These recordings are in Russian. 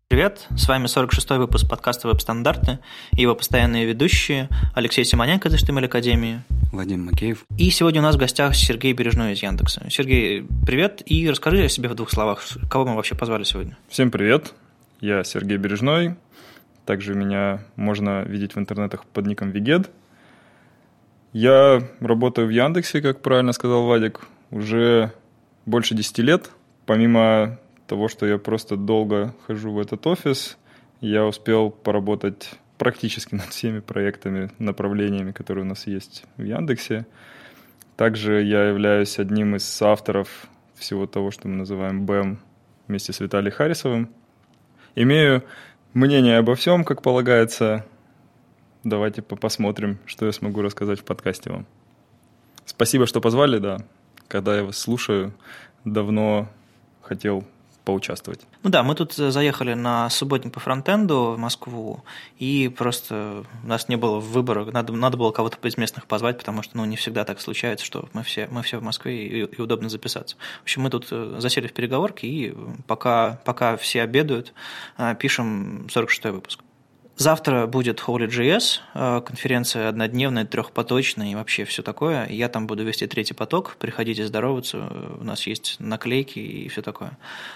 Привет, с вами 46-й выпуск подкаста «Веб-стандарты» и его постоянные ведущие Алексей Симоненко из HTML Академии, Вадим Макеев. И сегодня у нас в гостях Сергей Бережной из Яндекса. Сергей, привет, и расскажи о себе в двух словах, кого мы вообще позвали сегодня. Всем привет, я Сергей Бережной, также меня можно видеть в интернетах под ником Вигед. Я работаю в Яндексе, как правильно сказал Вадик, уже больше 10 лет, помимо того, что я просто долго хожу в этот офис, я успел поработать практически над всеми проектами, направлениями, которые у нас есть в Яндексе. Также я являюсь одним из соавторов всего того, что мы называем BEM, вместе с Виталием Харисовым. Имею мнение обо всем, как полагается. Давайте посмотрим, что я смогу рассказать в подкасте вам. Спасибо, что позвали, да. Когда я вас слушаю, давно хотел поучаствовать. Ну да, мы тут заехали на субботник по фронтенду в Москву, и просто у нас не было выбора, надо было кого-то из местных позвать, потому что не всегда так случается, что мы все в Москве и удобно записаться. В общем, мы тут засели в переговорке, и пока все обедают, пишем 46-й выпуск. Завтра будет Holy.js, конференция однодневная, трехпоточная и вообще все такое. Я там буду вести третий поток, приходите здороваться, у нас есть наклейки и все такое.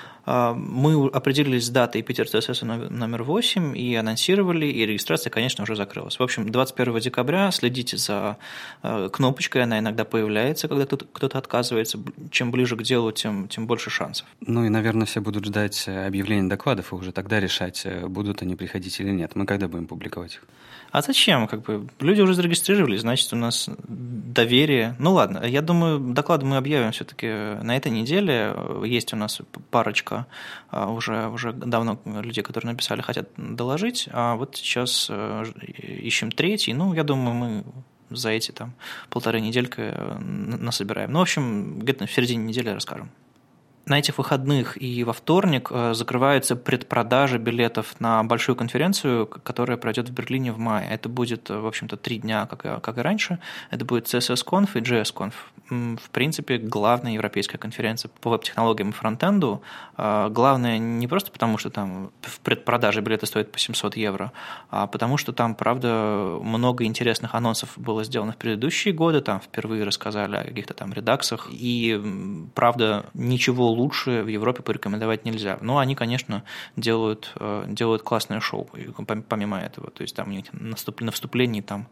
Мы определились с датой Питер CSS номер 8 и анонсировали, и регистрация, конечно, уже закрылась. В общем, 21 декабря следите за кнопочкой, она иногда появляется, когда кто-то отказывается. Чем ближе к делу, тем больше шансов. Ну и, наверное, все будут ждать объявления докладов и уже тогда решать, будут они приходить или нет. Мы когда будем публиковать их? А зачем? Люди уже зарегистрировались, значит, у нас доверие. Ну ладно, я думаю, доклады мы объявим все-таки на этой неделе. Есть у нас парочка уже давно людей, которые написали, хотят доложить, а вот сейчас ищем третий. Ну, я думаю, мы за эти полторы недельки насобираем. Ну, в общем, где-то в середине недели расскажем. На этих выходных и во вторник закрываются предпродажи билетов на большую конференцию, которая пройдет в Берлине в мае. Это будет, в общем-то, 3 дня, как и раньше. Это будет CSS.conf и JS.conf. В принципе, главная европейская конференция по веб-технологиям и фронтенду. Главное не просто потому, что там в предпродаже билеты стоят по 700 евро, а потому что там, правда, много интересных анонсов было сделано в предыдущие годы. Там впервые рассказали о каких-то там редаксах. И, правда, ничего лучше в Европе порекомендовать нельзя. Но они, конечно, делают классное шоу, помимо этого. То есть там у них на вступлении там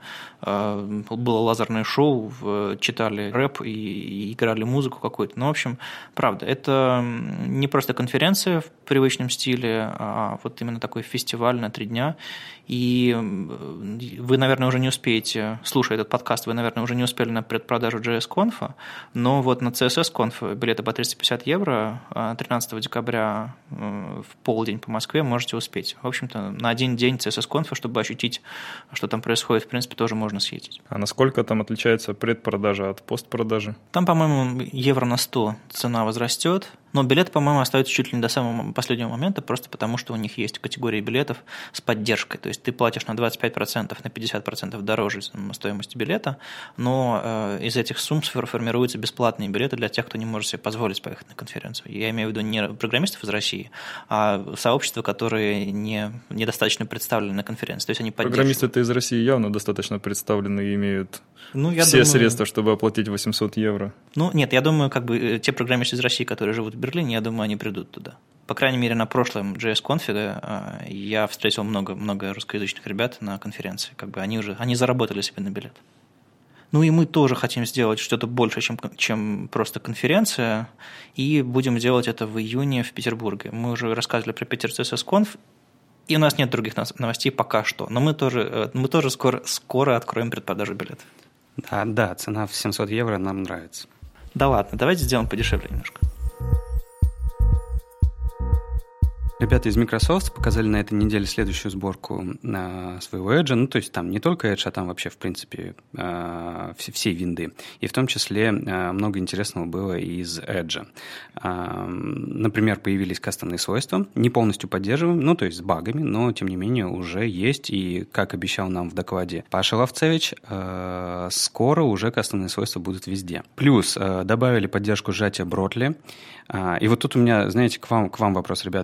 было лазерное шоу, читали рэп и играли музыку какую-то. Ну, в общем, правда, это не просто конференция в привычном стиле, а вот именно такой фестиваль на 3 дня. И вы, наверное, уже не успеете, слушая этот подкаст, вы, наверное, уже не успели на предпродажу JS.conf, но вот на CSS.conf билеты по 350 евро 13 декабря в полдень по Москве можете успеть. В общем-то, на один день CSS.conf, чтобы ощутить, что там происходит, в принципе, тоже можно съездить. А насколько там отличается предпродажа от постпродажи? Там, по-моему, евро на 100 цена возрастет, но билеты, по-моему, остаются чуть ли не до самого последнего момента, просто потому что у них есть категории билетов с поддержкой. То есть ты платишь на 25%, на 50% дороже стоимости билета, но из этих сумм формируются бесплатные билеты для тех, кто не может себе позволить поехать на конференцию. Я имею в виду не программистов из России, а сообщества, которые недостаточно представлены на конференции. То есть они поддерживают. Программисты-то из России явно достаточно представлены и имеют я все думаю, средства, чтобы оплатить 800 евро. Нет, я думаю, те программисты из России, которые живут в Берлине, я думаю, они придут туда. По крайней мере, на прошлом JS.conf я встретил много русскоязычных ребят на конференции. Они заработали себе на билет. Ну и мы тоже хотим сделать что-то больше, чем просто конференция, и будем делать это в июне в Петербурге. Мы уже рассказывали про Питер CSS.conf, и у нас нет других новостей пока что, но мы тоже скоро откроем предпродажу билетов. Да, цена в 700 евро нам нравится. Да ладно, давайте сделаем подешевле немножко. Ребята из Microsoft показали на этой неделе следующую сборку своего Edge. Ну, то есть там не только Edge, а там вообще, в принципе, все винды. И в том числе много интересного было из Edge. Например, появились кастомные свойства, не полностью поддерживаем, ну, то есть с багами, но, тем не менее, уже есть. И, как обещал нам в докладе Паша Ловцевич, скоро уже кастомные свойства будут везде. Плюс добавили поддержку сжатия Бротли. И вот тут у меня, знаете, к вам вопрос, ребят. Я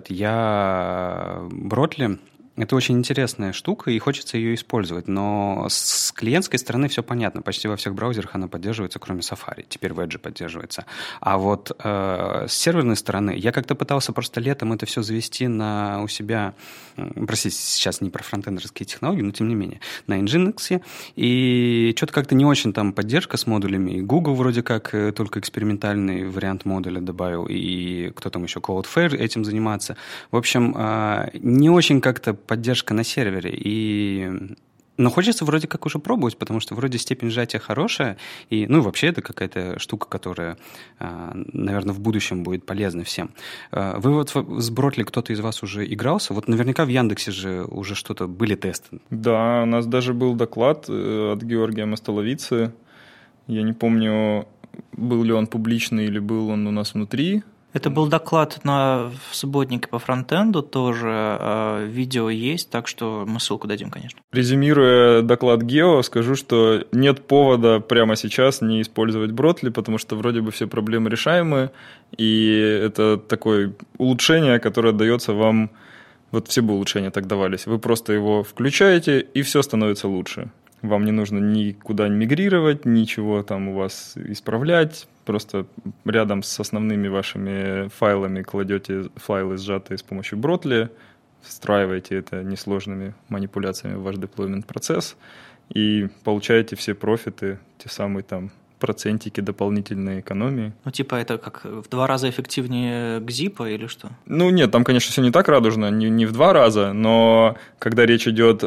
про Бротли. Это очень интересная штука, и хочется ее использовать. Но с клиентской стороны все понятно. Почти во всех браузерах она поддерживается, кроме Safari. Теперь в Edge поддерживается. А вот с серверной стороны я как-то пытался просто летом это все завести у себя... Простите, сейчас не про фронтендерские технологии, но тем не менее. На Nginx. И что-то как-то не очень там поддержка с модулями. И Google вроде как только экспериментальный вариант модуля добавил. И кто там еще, Cloudflare этим занимается. В общем, не очень как-то поддержка на сервере. Но хочется вроде как уже пробовать, потому что вроде степень сжатия хорошая, и, вообще это какая-то штука, которая, наверное, в будущем будет полезна всем. Вы вот с Бротли кто-то из вас уже игрался? Вот наверняка в Яндексе же уже что-то были тесты. Да, у нас даже был доклад от Георгия Мостоловицы. Я не помню, был ли он публичный или был он у нас внутри. Это был доклад в субботнике по фронтенду тоже, видео есть, так что мы ссылку дадим, конечно. Резюмируя доклад Гео, скажу, что нет повода прямо сейчас не использовать Бротли, потому что вроде бы все проблемы решаемы, и это такое улучшение, которое дается вам, вот все бы улучшения так давались, вы просто его включаете, и все становится лучше. Вам не нужно никуда мигрировать, ничего там у вас исправлять. Просто рядом с основными вашими файлами кладете файлы, сжатые с помощью Бротли, встраиваете это несложными манипуляциями в ваш деплоймент процесс и получаете все профиты, те самые там процентики дополнительной экономии. Это как в 2 раза эффективнее Gzip или что? Нет, там, конечно, все не так радужно, не в 2 раза, но когда речь идет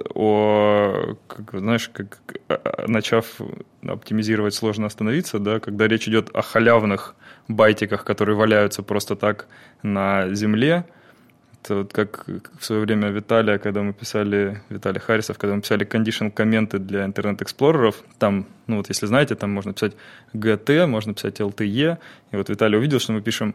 начав оптимизировать, сложно остановиться, да, когда речь идет о халявных байтиках, которые валяются просто так на земле. Это вот как в свое время Виталий Харисов, когда мы писали condition-комменты для интернет-эксплореров, там, если знаете, там можно писать GT, можно писать LTE, и вот Виталий увидел, что мы пишем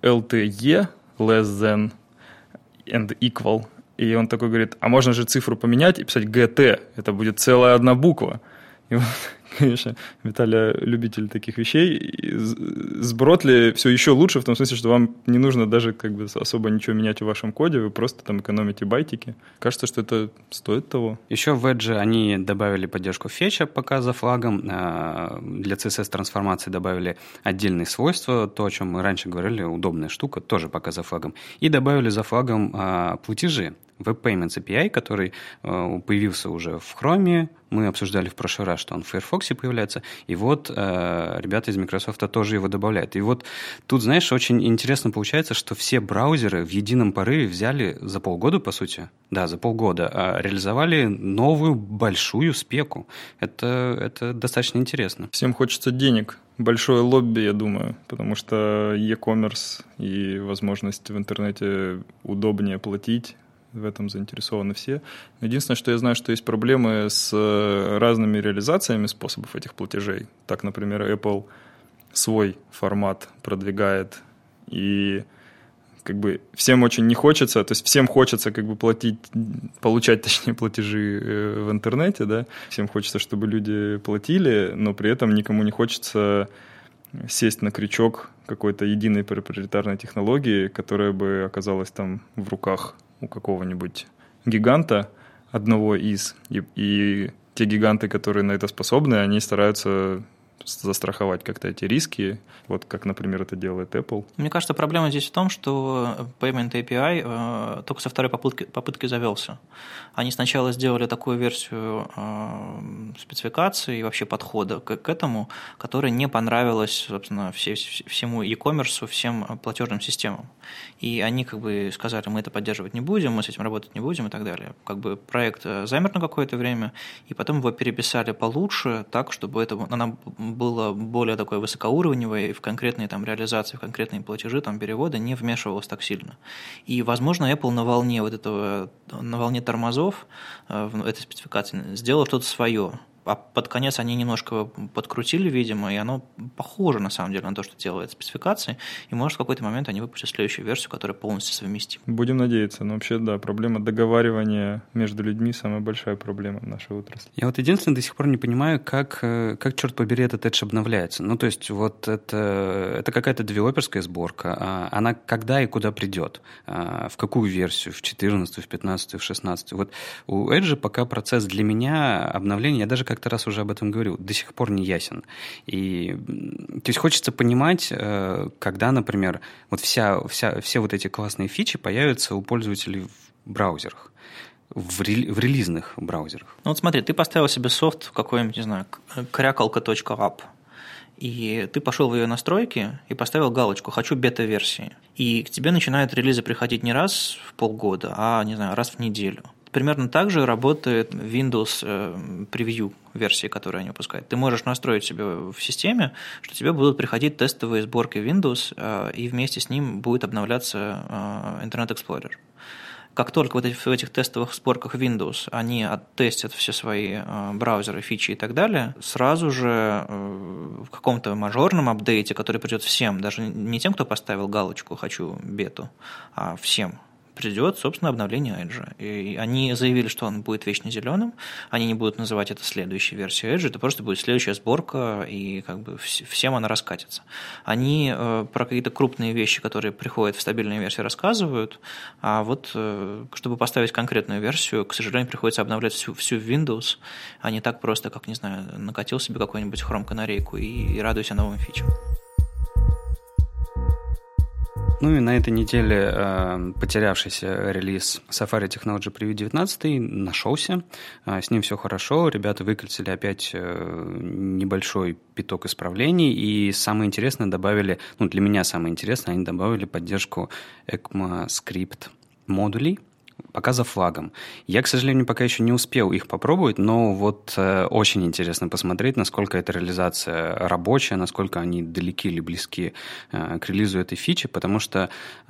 LTE less than and equal, и он такой говорит, а можно же цифру поменять и писать GT, это будет целая одна буква. И вот, конечно, Виталий любитель таких вещей. И с Бротли все еще лучше, в том смысле, что вам не нужно даже особо ничего менять в вашем коде, вы просто там экономите байтики. Кажется, что это стоит того. Еще в Edge они добавили поддержку фетча пока за флагом. Для CSS-трансформации добавили отдельные свойства, то, о чем мы раньше говорили, удобная штука, тоже пока за флагом. И добавили за флагом платежи. Web Payments API, который появился уже в Chrome, мы обсуждали в прошлый раз, что он в Firefox появляется, и вот ребята из Microsoft тоже его добавляют. И вот тут, знаешь, очень интересно получается, что все браузеры в едином порыве взяли за полгода, по сути, за полгода, реализовали новую большую спеку. Это достаточно интересно. Всем хочется денег. Большое лобби, я думаю, потому что e-commerce и возможность в интернете удобнее платить, в этом заинтересованы все. Единственное, что я знаю, что есть проблемы с разными реализациями способов этих платежей. Так, например, Apple свой формат продвигает, и всем очень не хочется, то есть всем хочется получать платежи в интернете, да, всем хочется, чтобы люди платили, но при этом никому не хочется сесть на крючок какой-то единой проприетарной технологии, которая бы оказалась там в руках у какого-нибудь гиганта одного из, и те гиганты, которые на это способны, они стараются застраховать как-то эти риски, вот как, например, это делает Apple. Мне кажется, проблема здесь в том, что Payment API только со второй попытки завелся. Они сначала сделали такую версию спецификации и вообще подхода к этому, которая не понравилась, собственно, всему e-commerce, всем платежным системам. И они сказали, мы это поддерживать не будем, мы с этим работать не будем и так далее. Проект замер на какое-то время, и потом его переписали получше, так, чтобы она было более такое высокоуровневое, и в конкретные реализации, в конкретные платежи, переводы не вмешивалось так сильно. И, возможно, Apple на волне тормозов в этой спецификации сделал что-то свое. А под конец они немножко подкрутили, видимо, и оно похоже, на самом деле, на то, что делает спецификации, и, может, в какой-то момент они выпустят следующую версию, которая полностью совместима. Будем надеяться, но вообще, да, проблема договаривания между людьми – самая большая проблема в нашей отрасли. Я вот единственное до сих пор не понимаю, как черт побери, этот Edge обновляется. Ну, то есть, вот это какая-то девелоперская сборка, она когда и куда придет, в какую версию, в 14, в 15, в 16. Вот у Edge пока процесс для меня обновления, я даже как-то раз уже об этом говорил, до сих пор не ясен. И, то есть хочется понимать, когда, например, вот все вот эти классные фичи появятся у пользователей в браузерах, в релизных браузерах. Ну вот смотри, ты поставил себе софт в какой-нибудь, не знаю, крякалка.app, и ты пошел в ее настройки и поставил галочку «Хочу бета-версии». И к тебе начинают релизы приходить не раз в полгода, а, не знаю, раз в неделю. Примерно так же работает Windows Preview версии, которые они выпускают. Ты можешь настроить себе в системе, что тебе будут приходить тестовые сборки Windows, и вместе с ним будет обновляться Internet Explorer. Как только в этих тестовых сборках Windows они оттестят все свои браузеры, фичи и так далее, сразу же в каком-то мажорном апдейте, который придет всем, даже не тем, кто поставил галочку «Хочу бету», а всем, придет, собственно, обновление Edge. И они заявили, что он будет вечно зеленым, они не будут называть это следующей версией Edge, это просто будет следующая сборка, и как бы всем она раскатится. Они про какие-то крупные вещи, которые приходят в стабильные версии, рассказывают, а вот чтобы поставить конкретную версию, к сожалению, приходится обновлять всю Windows, а не так просто, как, не знаю, накатил себе какой-нибудь хром-канарейку и радуйся новым фичам. Ну и на этой неделе потерявшийся релиз Safari Technology Preview 19 нашелся. С ним все хорошо. Ребята выкатили опять небольшой пяток исправлений. И самое интересное добавили, ну для меня самое интересное, они добавили поддержку ECMAScript модулей. Пока за флагом. Я, к сожалению, пока еще не успел их попробовать, но вот очень интересно посмотреть, насколько эта реализация рабочая, насколько они далеки или близки к релизу этой фичи, потому что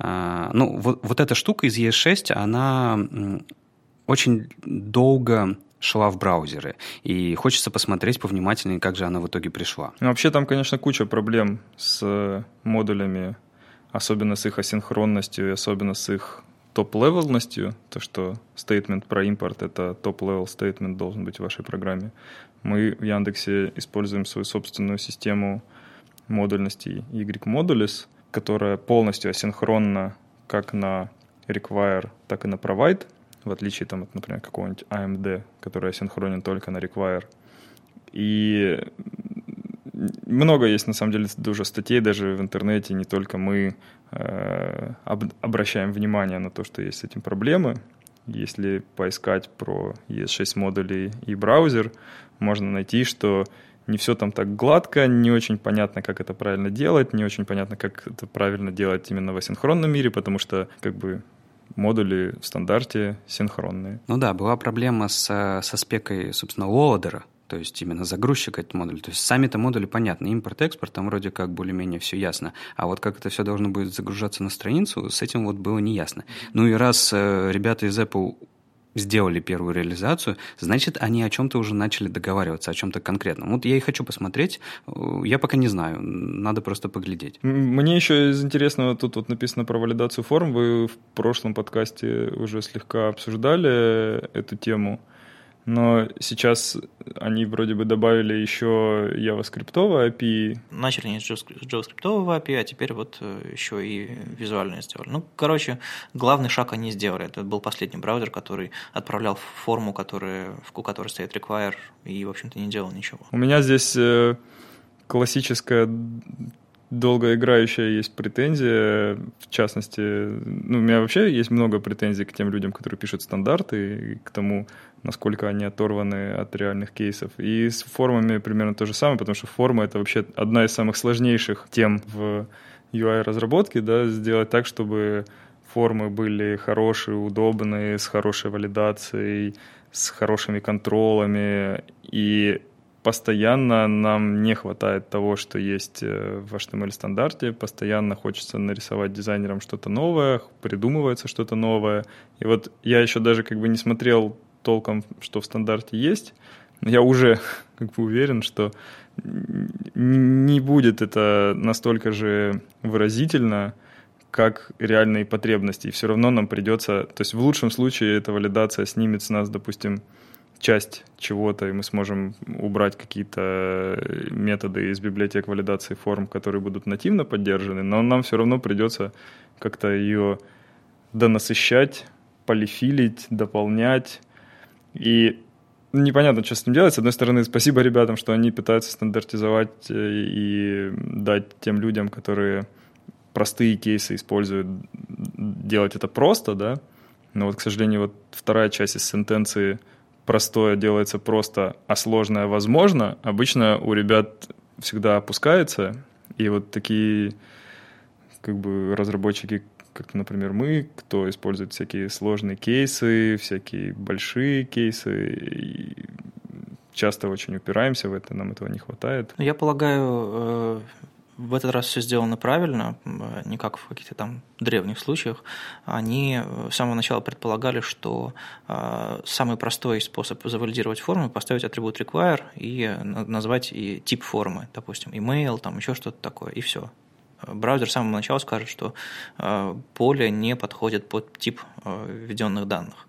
вот эта штука из ES6, она очень долго шла в браузеры, и хочется посмотреть повнимательнее, как же она в итоге пришла. Ну, вообще там, конечно, куча проблем с модулями, особенно с их асинхронностью и особенно с их топ-левелностью, то, что statement про импорт — это топ-левел statement должен быть в вашей программе. Мы в Яндексе используем свою собственную систему модульности Y-Modules, которая полностью асинхронна как на require, так и на provide, в отличие, там, от, например, какого-нибудь AMD, который асинхронен только на require. И много есть, на самом деле, уже статей даже в интернете, не только мы обращаем внимание на то, что есть с этим проблемы. Если поискать про ES6 модули и браузер, можно найти, что не все там так гладко, не очень понятно, как это правильно делать, не очень понятно, как это правильно делать именно в асинхронном мире, потому что как бы модули в стандарте синхронные. Ну да, была проблема со спекой, собственно, лоадера, то есть именно загрузчик этот модуль. То есть сами-то модули понятны, импорт-экспорт, там вроде как более-менее все ясно. А вот как это все должно будет загружаться на страницу, с этим вот было неясно. Ну и раз ребята из Apple сделали первую реализацию, значит, они о чем-то уже начали договариваться, о чем-то конкретном. Вот я и хочу посмотреть, я пока не знаю, надо просто поглядеть. Мне еще из интересного, тут вот написано про валидацию форм, вы в прошлом подкасте уже слегка обсуждали эту тему. Но сейчас они вроде бы добавили еще JavaScript API. Начали не с JavaScript API, а теперь вот еще и визуально сделали. Ну, короче, главный шаг они сделали. Это был последний браузер, который отправлял форму, у которой стоит require, и, в общем-то, не делал ничего. У меня здесь классическая долгоиграющая есть претензия, в частности, у меня вообще есть много претензий к тем людям, которые пишут стандарты, и к тому, насколько они оторваны от реальных кейсов. И с формами примерно то же самое, потому что форма — это вообще одна из самых сложнейших тем в UI-разработке, да, сделать так, чтобы формы были хорошие, удобные, с хорошей валидацией, с хорошими контролами, и постоянно нам не хватает того, что есть в HTML-стандарте, постоянно хочется нарисовать дизайнерам что-то новое, придумывается что-то новое. И вот я еще даже как бы не смотрел толком, что в стандарте есть, я уже как бы уверен, что не будет это настолько же выразительно, как реальные потребности. И все равно нам придется... То есть в лучшем случае эта валидация снимет с нас, допустим, часть чего-то, и мы сможем убрать какие-то методы из библиотек валидации форм, которые будут нативно поддержаны, но нам все равно придется как-то ее донасыщать, полифилить, дополнять. И непонятно, что с этим делать. С одной стороны, спасибо ребятам, что они пытаются стандартизовать и дать тем людям, которые простые кейсы используют, делать это просто, да. Но вот, к сожалению, вот вторая часть из сентенции «простое делается просто, а сложное возможно» обычно у ребят всегда опускается. И вот такие как бы разработчики, как, например, мы, кто использует всякие сложные кейсы, всякие большие кейсы, и часто очень упираемся в это, нам этого не хватает. Я полагаю, в этот раз все сделано правильно, не как в каких-то там древних случаях. Они с самого начала предполагали, что самый простой способ завалидировать форму – поставить атрибут require и назвать и тип формы, допустим, email, там еще что-то такое, и все. Браузер с самого начала скажет, что поле не подходит под тип введенных данных.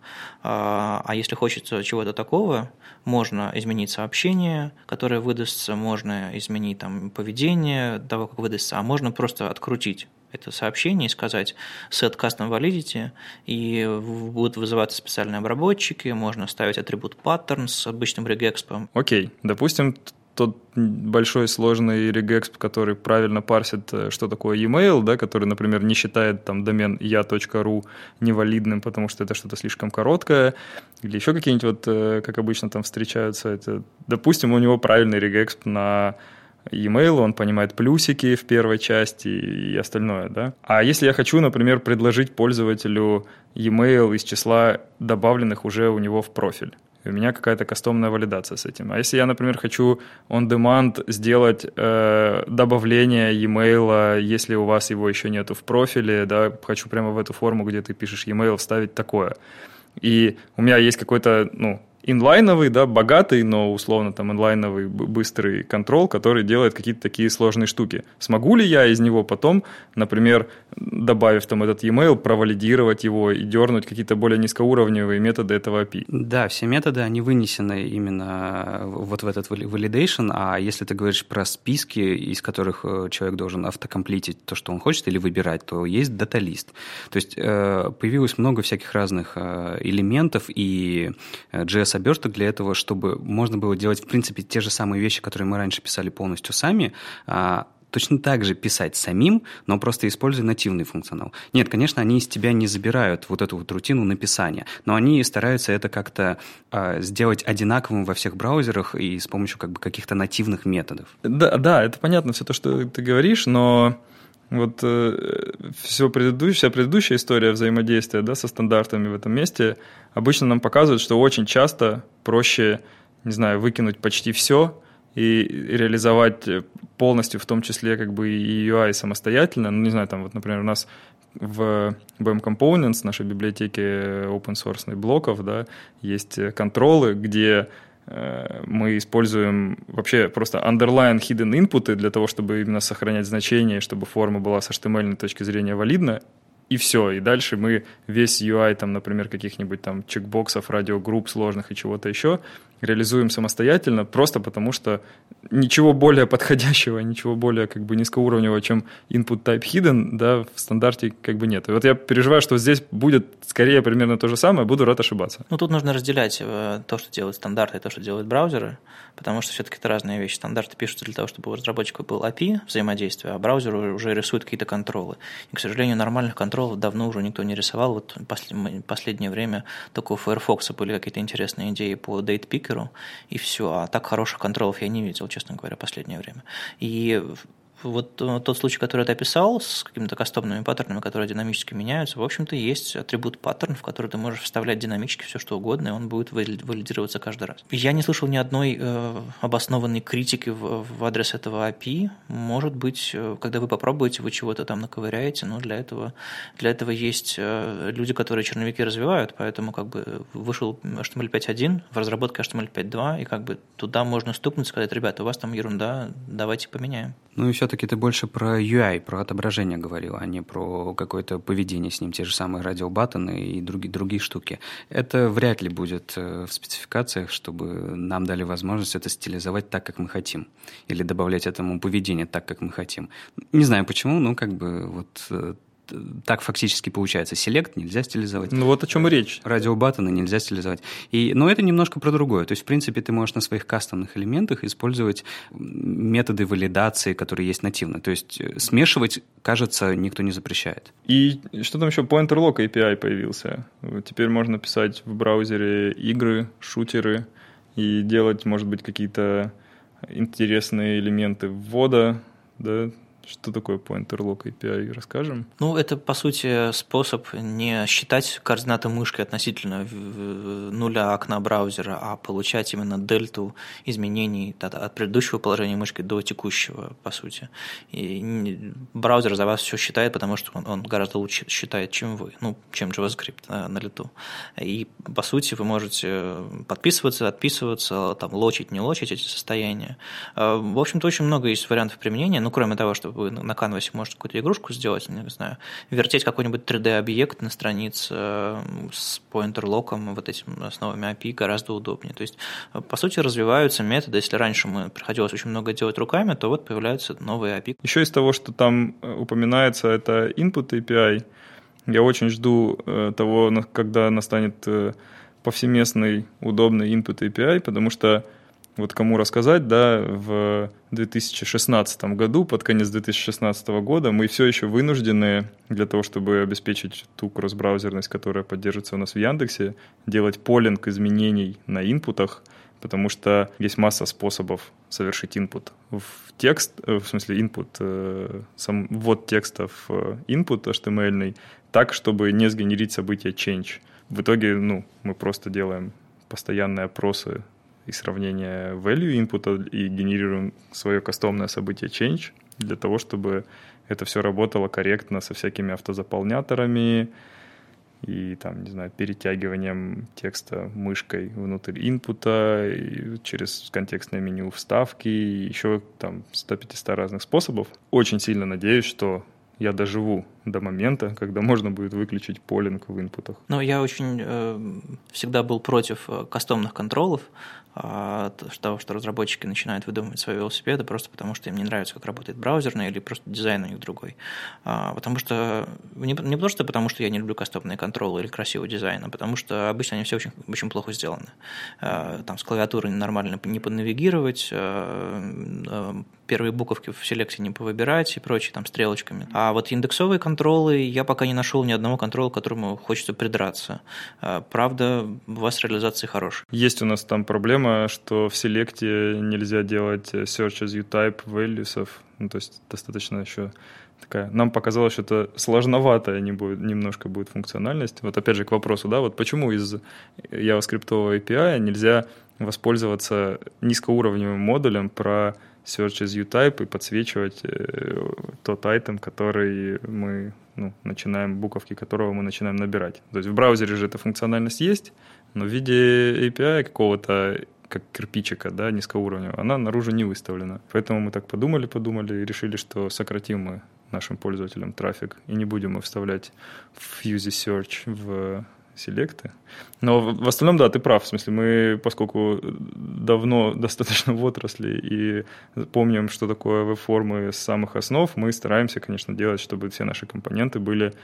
А если хочется чего-то такого, можно изменить сообщение, которое выдастся, можно изменить там поведение того, как выдастся, а можно просто открутить это сообщение и сказать set custom validity, и будут вызываться специальные обработчики, можно ставить атрибут pattern с обычным regexp. Окей, допустим, тот большой сложный regexp, который правильно парсит, что такое e-mail, да, который, например, не считает там домен ya.ru невалидным, потому что это что-то слишком короткое, или еще какие-нибудь, вот, как обычно там встречаются, это, допустим, у него правильный regexp на e-mail, он понимает плюсики в первой части и остальное, да. А если я хочу, например, предложить пользователю e-mail из числа добавленных уже у него в профиль, и у меня какая-то кастомная валидация с этим. А если я, например, хочу on-demand сделать добавление e-mail, если у вас его еще нету в профиле, да, хочу прямо в эту форму, где ты пишешь e-mail, вставить такое. И у меня есть какой-то, инлайновый, да, богатый, но условно там инлайновый быстрый контрол, который делает какие-то такие сложные штуки. Смогу ли я из него потом, например, добавив там этот e-mail, провалидировать его и дернуть какие-то более низкоуровневые методы этого API? Да, все методы, они вынесены именно вот в этот validation, а если ты говоришь про списки, из которых человек должен автокомплитить то, что он хочет, или выбирать, то есть дата-лист. То есть появилось много всяких разных элементов и JS-оберток для этого, чтобы можно было делать, в принципе, те же самые вещи, которые мы раньше писали полностью сами, точно так же писать самим, но просто используя нативный функционал. Нет, конечно, они из тебя не забирают вот эту вот рутину написания, но они стараются это как-то сделать одинаковым во всех браузерах и с помощью как бы каких-то нативных методов. Да, это понятно все то, что ты говоришь, но вот вся предыдущая история взаимодействия, да, со стандартами в этом месте обычно нам показывает, что очень часто проще, не знаю, выкинуть почти все и реализовать полностью, в том числе как бы и UI самостоятельно. Не знаю, там вот, например, у нас в BM Components, нашей библиотеке open-source блоков, да, есть контролы, где мы используем вообще просто underline hidden input для того, чтобы именно сохранять значение, чтобы форма была с HTML точки зрения валидна, и все. И дальше мы весь UI, там, например, каких-нибудь там чекбоксов, радиогрупп сложных и чего-то еще реализуем самостоятельно, просто потому что ничего более подходящего, ничего более как бы низкоуровневого, чем input type hidden, да, в стандарте как бы нет. И вот я переживаю, что здесь будет скорее примерно то же самое, буду рад ошибаться. Тут нужно разделять то, что делают стандарты, и то, что делают браузеры, потому что все-таки это разные вещи. Стандарты пишутся для того, чтобы у разработчика был API взаимодействия, а браузер уже рисует какие-то контролы. И, к сожалению, нормальных контролов давно уже никто не рисовал. Вот последнее время только у Firefox были какие-то интересные идеи по DatePicker, и все. А так хороших контролов я не видел, честно говоря, в последнее время. И вот тот случай, который ты описал, с какими-то кастомными паттернами, которые динамически меняются, в общем-то, есть атрибут паттерн, в который ты можешь вставлять динамически все, что угодно, и он будет валидироваться каждый раз. Я не слышал ни одной обоснованной критики в адрес этого API. Может быть, когда вы попробуете, вы чего-то там наковыряете, но для этого есть люди, которые черновики развивают, поэтому как бы вышел HTML 5.1, в разработке HTML 5.2, и как бы туда можно стукнуть, сказать: ребята, у вас там ерунда, давайте поменяем. Ну и все-таки ты больше про UI, про отображение говорил, а не про какое-то поведение с ним, те же самые радиобаттоны и другие штуки. Это вряд ли будет в спецификациях, чтобы нам дали возможность это стилизовать так, как мы хотим, или добавлять этому поведение так, как мы хотим. Не знаю почему, но как бы вот так фактически получается. Селект нельзя стилизовать. Ну вот о чем и речь. Радиобаттоны нельзя стилизовать. Но это немножко про другое. То есть, в принципе, ты можешь на своих кастомных элементах использовать методы валидации, которые есть нативно. То есть, смешивать, кажется, никто не запрещает. И что там еще? Pointer Lock API появился. Теперь можно писать в браузере игры, шутеры и делать, может быть, какие-то интересные элементы ввода, да. Что такое Pointer Lock API? Расскажем? Ну, это, по сути, способ не считать координаты мышкой относительно нуля окна браузера, а получать именно дельту изменений от предыдущего положения мышки до текущего, по сути. И браузер за вас все считает, потому что он гораздо лучше считает, чем вы, чем JavaScript на лету. И, по сути, вы можете подписываться, отписываться, там, лочить, не лочить эти состояния. В общем-то, очень много есть вариантов применения, кроме того, что вы на канвасе можете какую-то игрушку сделать, не знаю, вертеть какой-нибудь 3D-объект на странице с поинтер-локом, вот этими основами API гораздо удобнее. То есть, по сути, развиваются методы. Если раньше мы приходилось очень много делать руками, то вот появляются новые API. Еще из того, что там упоминается, это Input API. Я очень жду того, когда настанет повсеместный удобный Input API, потому что вот кому рассказать, да, в 2016 году, под конец 2016 года, мы все еще вынуждены для того, чтобы обеспечить ту кросс-браузерность, которая поддерживается у нас в Яндексе, делать полинг изменений на инпутах, потому что есть масса способов совершить инпут в текст, в смысле инпут, ввод текста в input HTML так, чтобы не сгенерить событие change. В итоге, мы просто делаем постоянные опросы и сравнение value инпута и генерируем свое кастомное событие change для того, чтобы это все работало корректно со всякими автозаполняторами и там, не знаю, перетягиванием текста мышкой внутрь инпута, и через контекстное меню вставки, и еще там 100-500 разных способов. Очень сильно надеюсь, что я доживу до момента, когда можно будет выключить полинг в инпутах. Я очень всегда был против кастомных контролов, того, что разработчики начинают выдумывать свои велосипеды просто потому, что им не нравится, как работает браузерный, или просто дизайн у них другой. Потому что не потому, что я не люблю кастомные контролы или красивый дизайн, а потому что обычно они все очень, очень плохо сделаны. Там с клавиатурой нормально не понавигировать, первые буковки в селекте не повыбирать и прочее, там, стрелочками. А вот индексовые контролы, я пока не нашел ни одного контрола, к которому хочется придраться. Правда, у вас реализация хорошая. Есть у нас там проблема, что в селекте нельзя делать search as utype values, то есть достаточно еще такая. Нам показалось, что это сложноватая немножко будет функциональность. Вот опять же к вопросу, да, вот почему из JavaScript API нельзя воспользоваться низкоуровневым модулем про search as utype и подсвечивать тот айтем, который мы начинаем, буковки которого мы начинаем набирать. То есть в браузере же эта функциональность есть, но в виде API какого-то, как кирпичика, да, низкоуровневого, она наружу не выставлена. Поэтому мы так подумали и решили, что сократим мы нашим пользователям трафик и не будем вставлять fuzzy search в селекты. Но в остальном, да, ты прав. В смысле, мы, поскольку давно достаточно в отрасли и помним, что такое веб-формы с самых основ, мы стараемся, конечно, делать, чтобы все наши компоненты были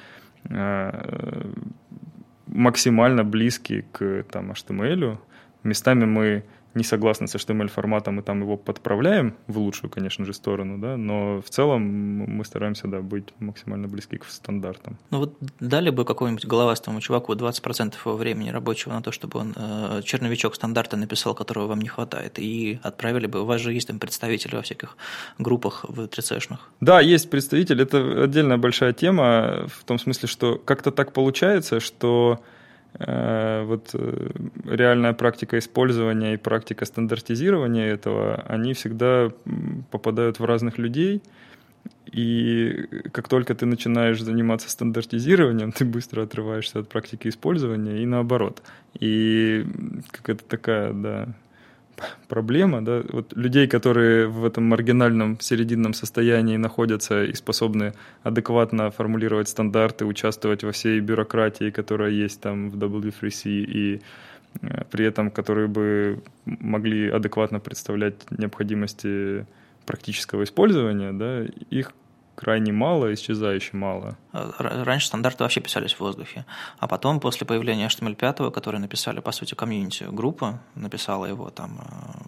максимально близки к HTML. Местами мы не согласны с HTML-форматом, и там его подправляем в лучшую, конечно же, сторону, да, но в целом мы стараемся, да, быть максимально близки к стандартам. Ну вот дали бы какому-нибудь головастому чуваку 20% его времени рабочего на то, чтобы он черновичок стандарта написал, которого вам не хватает, и отправили бы, у вас же есть там представители во всяких группах в 3C-шных. Да, есть представитель, это отдельная большая тема, в том смысле, что как-то так получается, что вот реальная практика использования и практика стандартизирования этого, они всегда попадают в разных людей, и как только ты начинаешь заниматься стандартизированием, ты быстро отрываешься от практики использования и наоборот. И какая-то такая, да, проблема, да, вот людей, которые в этом маргинальном серединном состоянии находятся и способны адекватно формулировать стандарты, участвовать во всей бюрократии, которая есть там в W3C, и при этом которые бы могли адекватно представлять необходимости практического использования, да, их крайне мало, исчезающе мало. Раньше стандарты вообще писались в воздухе, а потом, после появления HTML5, который написали, по сути, комьюнити, группа написала его там,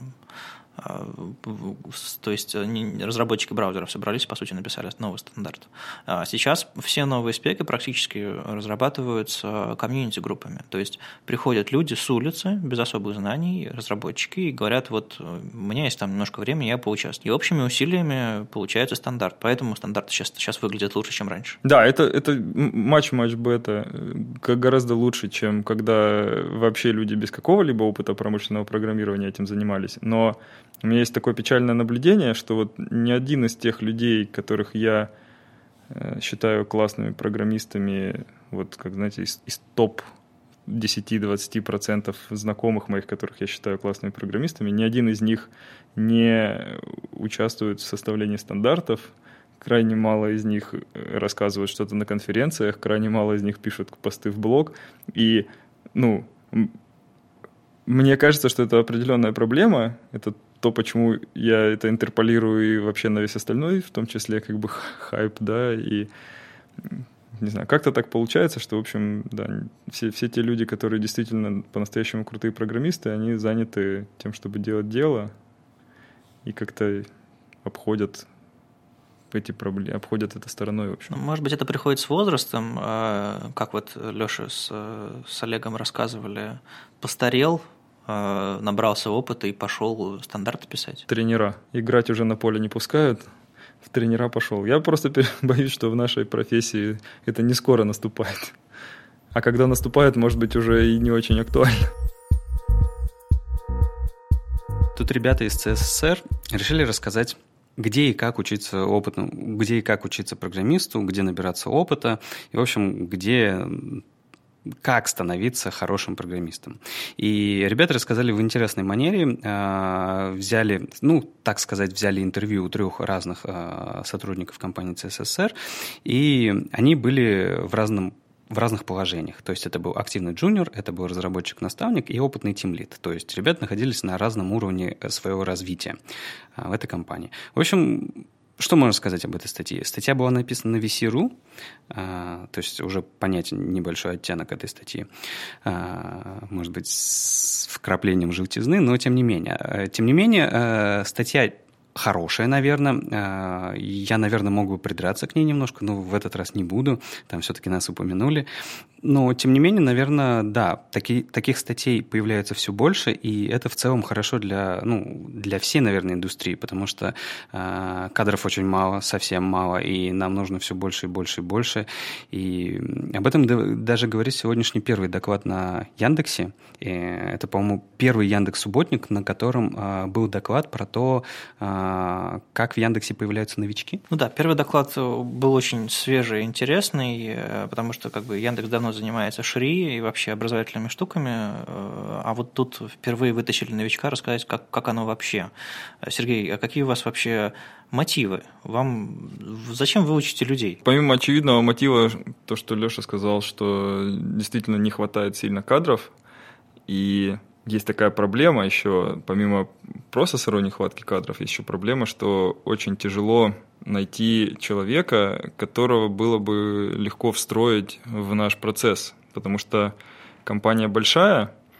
то есть разработчики браузеров собрались, по сути, написали новый стандарт. Сейчас все новые спеки практически разрабатываются комьюнити-группами, то есть приходят люди с улицы, без особых знаний, разработчики, и говорят, вот у меня есть там немножко времени, я поучаствую. И общими усилиями получается стандарт, поэтому стандарты сейчас выглядят лучше, чем раньше. Да, это матч бета гораздо лучше, чем когда вообще люди без какого-либо опыта промышленного программирования этим занимались, но у меня есть такое печальное наблюдение, что вот ни один из тех людей, которых я считаю классными программистами, вот как, знаете, из топ 10-20% знакомых моих, которых я считаю классными программистами, ни один из них не участвует в составлении стандартов, крайне мало из них рассказывают что-то на конференциях, крайне мало из них пишут посты в блог, и, мне кажется, что это определенная проблема, это то, почему я это интерполирую и вообще на весь остальной, в том числе как бы хайп, да, и не знаю, как-то так получается, что, в общем, да, все те люди, которые действительно по-настоящему крутые программисты, они заняты тем, чтобы делать дело, и как-то обходят эти проблемы, обходят это стороной, в общем. Может быть, это приходит с возрастом, как вот Леша с Олегом рассказывали, постарел, набрался опыта и пошел стандарты писать. Тренера. Играть уже на поле не пускают, в тренера пошел. Я просто боюсь, что в нашей профессии это не скоро наступает. А когда наступает, может быть, уже и не очень актуально. Тут ребята из CSSR решили рассказать, где и как учиться опыту, где и как учиться программисту, где набираться опыта, и, в общем, как становиться хорошим программистом. И ребята рассказали в интересной манере, взяли интервью у 3 разных сотрудников компании CSSR, и они были в разных положениях. То есть это был активный джуниор, это был разработчик-наставник и опытный тимлид. То есть ребята находились на разном уровне своего развития в этой компании. В общем, что можно сказать об этой статье? Статья была написана на VC.ru, то есть уже понять небольшой оттенок этой статьи, может быть, с вкраплением желтизны, но тем не менее, статья хорошая, наверное. Я, наверное, мог бы придраться к ней немножко, но в этот раз не буду. Там все-таки нас упомянули. Но, тем не менее, наверное, да, таких статей появляется все больше, и это в целом хорошо для всей, наверное, индустрии, потому что кадров очень мало, совсем мало, и нам нужно все больше и больше и больше. И об этом даже говорит сегодняшний первый доклад на Яндексе. И это, по-моему, первый Яндекс-субботник, на котором был доклад про то, как в Яндексе появляются новички. Ну да, первый доклад был очень свежий и интересный, потому что как бы Яндекс давно занимается шри и вообще образовательными штуками, а вот тут впервые вытащили новичка рассказать, как оно вообще. Сергей, а какие у вас вообще мотивы? Зачем вы учите людей? Помимо очевидного мотива, то, что Леша сказал, что действительно не хватает сильно кадров, и есть такая проблема еще, помимо просто сырой нехватки кадров, есть еще проблема, что очень тяжело найти человека, которого было бы легко встроить в наш процесс, потому что компания большая,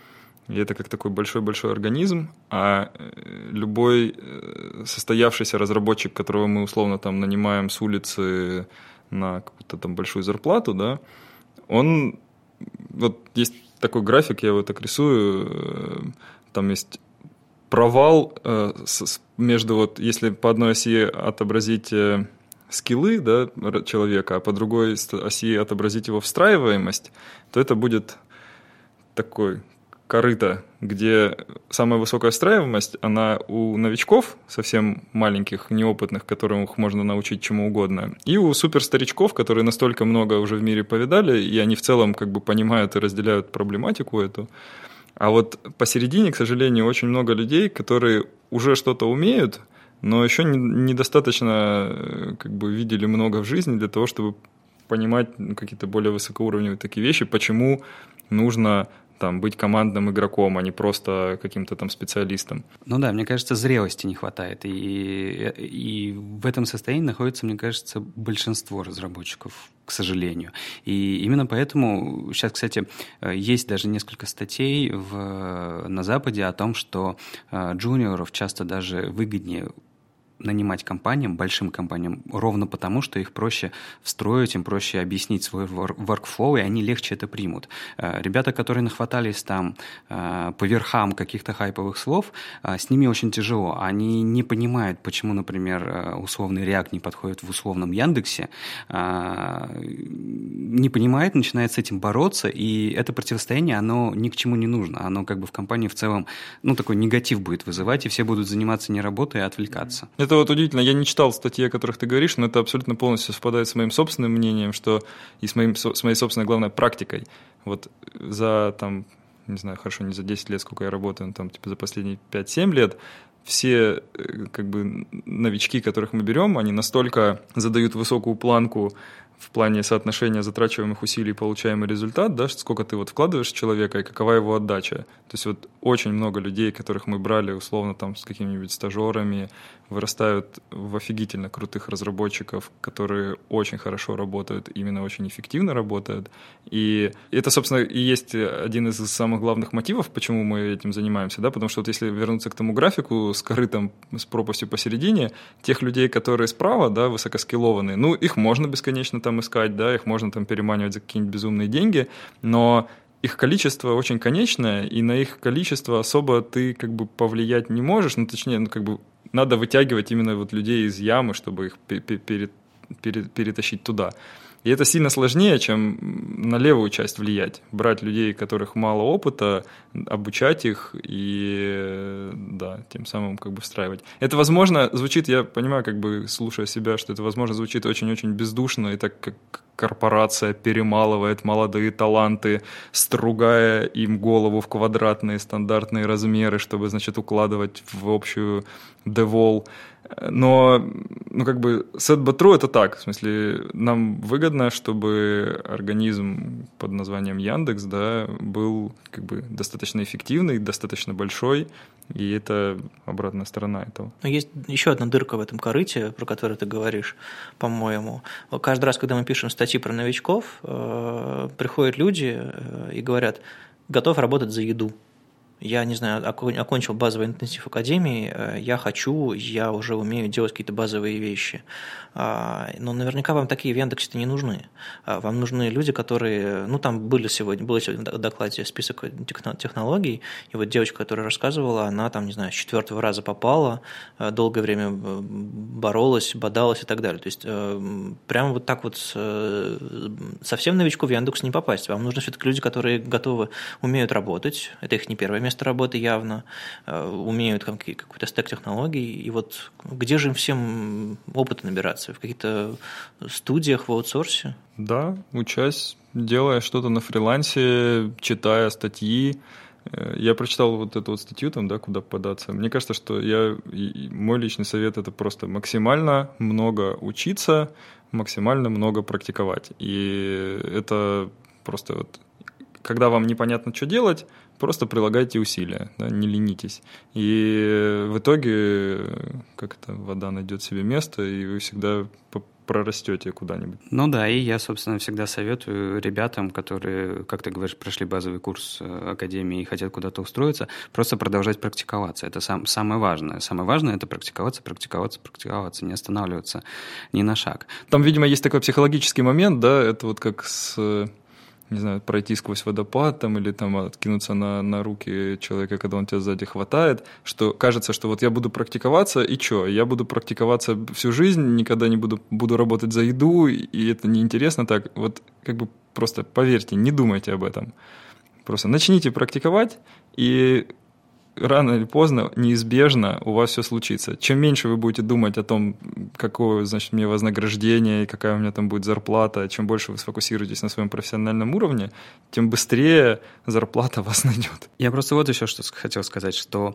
И это как такой большой-большой организм, а любой состоявшийся разработчик, которого мы условно там нанимаем с улицы на какую-то там большую зарплату, да, он... Вот есть такой график, я его так рисую, там есть провал между вот, если по одной оси отобразить скиллы, да, человека, а по другой оси отобразить его встраиваемость, то это будет такой корыто, где самая высокая встраиваемость, она у новичков, совсем маленьких, неопытных, которых можно научить чему угодно, и у суперстаричков, которые настолько много уже в мире повидали, и они в целом как бы понимают и разделяют проблематику эту. А вот посередине, к сожалению, очень много людей, которые уже что-то умеют, но еще недостаточно как бы видели много в жизни для того, чтобы понимать какие-то более высокоуровневые такие вещи, почему нужно там, быть командным игроком, а не просто каким-то там специалистом. Ну да, мне кажется, зрелости не хватает. И в этом состоянии находится, мне кажется, большинство разработчиков, к сожалению. И именно поэтому сейчас, кстати, есть даже несколько статей на Западе о том, что джуниоров часто даже выгоднее нанимать компаниям, большим компаниям, ровно потому, что их проще встроить, им проще объяснить свой workflow, и они легче это примут. Ребята, которые нахватались там по верхам каких-то хайповых слов, с ними очень тяжело. Они не понимают, почему, например, условный React не подходит в условном Яндексе, не понимает, начинает с этим бороться, и это противостояние, оно ни к чему не нужно. Оно как бы в компании в целом, ну, такой негатив будет вызывать, и все будут заниматься не работой, а отвлекаться. Это вот удивительно. Я не читал статьи, о которых ты говоришь, но это абсолютно полностью совпадает с моим собственным мнением, что и с моей собственной, главной практикой. Вот за, там, не знаю, хорошо, не за 10 лет, сколько я работаю, но там, типа, за последние 5-7 лет, все как бы новички, которых мы берем, они настолько задают высокую планку в плане соотношения затрачиваемых усилий и получаемый результат, да, сколько ты вот вкладываешь в человека и какова его отдача. То есть вот очень много людей, которых мы брали условно там с какими-нибудь стажерами, вырастают в офигительно крутых разработчиков, которые очень хорошо работают, именно очень эффективно работают. И это, собственно, и есть один из самых главных мотивов, почему мы этим занимаемся, да, потому что вот если вернуться к тому графику с корытом, с пропастью посередине, тех людей, которые справа, да, высокоскиллованные, ну, их можно бесконечно там искать, да, их можно там переманивать за какие-нибудь безумные деньги, но их количество очень конечное, и на их количество особо ты как бы повлиять не можешь, ну, точнее, ну, как бы надо вытягивать именно вот людей из ямы, чтобы их перетащить туда. И это сильно сложнее, чем на левую часть влиять. Брать людей, у которых мало опыта, обучать их и, да, тем самым как бы встраивать. Это, возможно, звучит, я понимаю, как бы слушая себя, что это, возможно, звучит очень-очень бездушно, и так как корпорация перемалывает молодые таланты, стругая им голову в квадратные стандартные размеры, чтобы, значит, укладывать в общую девол. Но, ну, как бы, sad but true — это так. В смысле, нам выгодно, чтобы организм под названием Яндекс, да, был, как бы, достаточно эффективный, достаточно большой, и это обратная сторона этого. Но есть еще одна дырка в этом корыте, про которую ты говоришь, по-моему. Каждый раз, когда мы пишем статьи про новичков, приходят люди и говорят: готов работать за еду. Я, не знаю, окончил базовый интенсив академии, я уже умею делать какие-то базовые вещи. Но наверняка вам такие в Яндексе-то не нужны. Вам нужны люди, которые... Ну, там был сегодня в докладе список технологий, и вот девочка, которая рассказывала, она там, не знаю, с 4-го раза попала, долгое время боролась, бодалась и так далее. То есть прямо вот так вот совсем новичку в Яндекс не попасть. Вам нужны все-таки люди, которые умеют работать. Это их не первое место работы явно, умеют какой-то стек технологий. И вот где же им всем опыта набираться? В каких-то студиях в аутсорсе? Да, учась, делая что-то на фрилансе, читая статьи. Я прочитал вот эту вот статью, там, да, куда податься. Мне кажется, что мой личный совет — это просто максимально много учиться, максимально много практиковать. И это просто вот, когда вам непонятно, что делать, просто прилагайте усилия, да, не ленитесь. И в итоге как-то вода найдет себе место, и вы всегда прорастете куда-нибудь. Ну да, и я, собственно, всегда советую ребятам, которые, как ты говоришь, прошли базовый курс академии и хотят куда-то устроиться, просто продолжать практиковаться. Это самое важное. Самое важное – это практиковаться, не останавливаться ни на шаг. Там, видимо, есть такой психологический момент, да, это вот как не знаю, пройти сквозь водопад там, или там откинуться на руки человека, когда он тебя сзади хватает, что кажется, что вот я буду практиковаться, и что? Я буду практиковаться всю жизнь, никогда не буду работать за еду, и это неинтересно так. Вот как бы просто поверьте, не думайте об этом. Просто начните практиковать, и рано или поздно, неизбежно у вас все случится. Чем меньше вы будете думать о том, какое, значит, мне вознаграждение и какая у меня там будет зарплата, чем больше вы сфокусируетесь на своем профессиональном уровне, тем быстрее зарплата вас найдет. Я просто вот еще что хотел сказать, что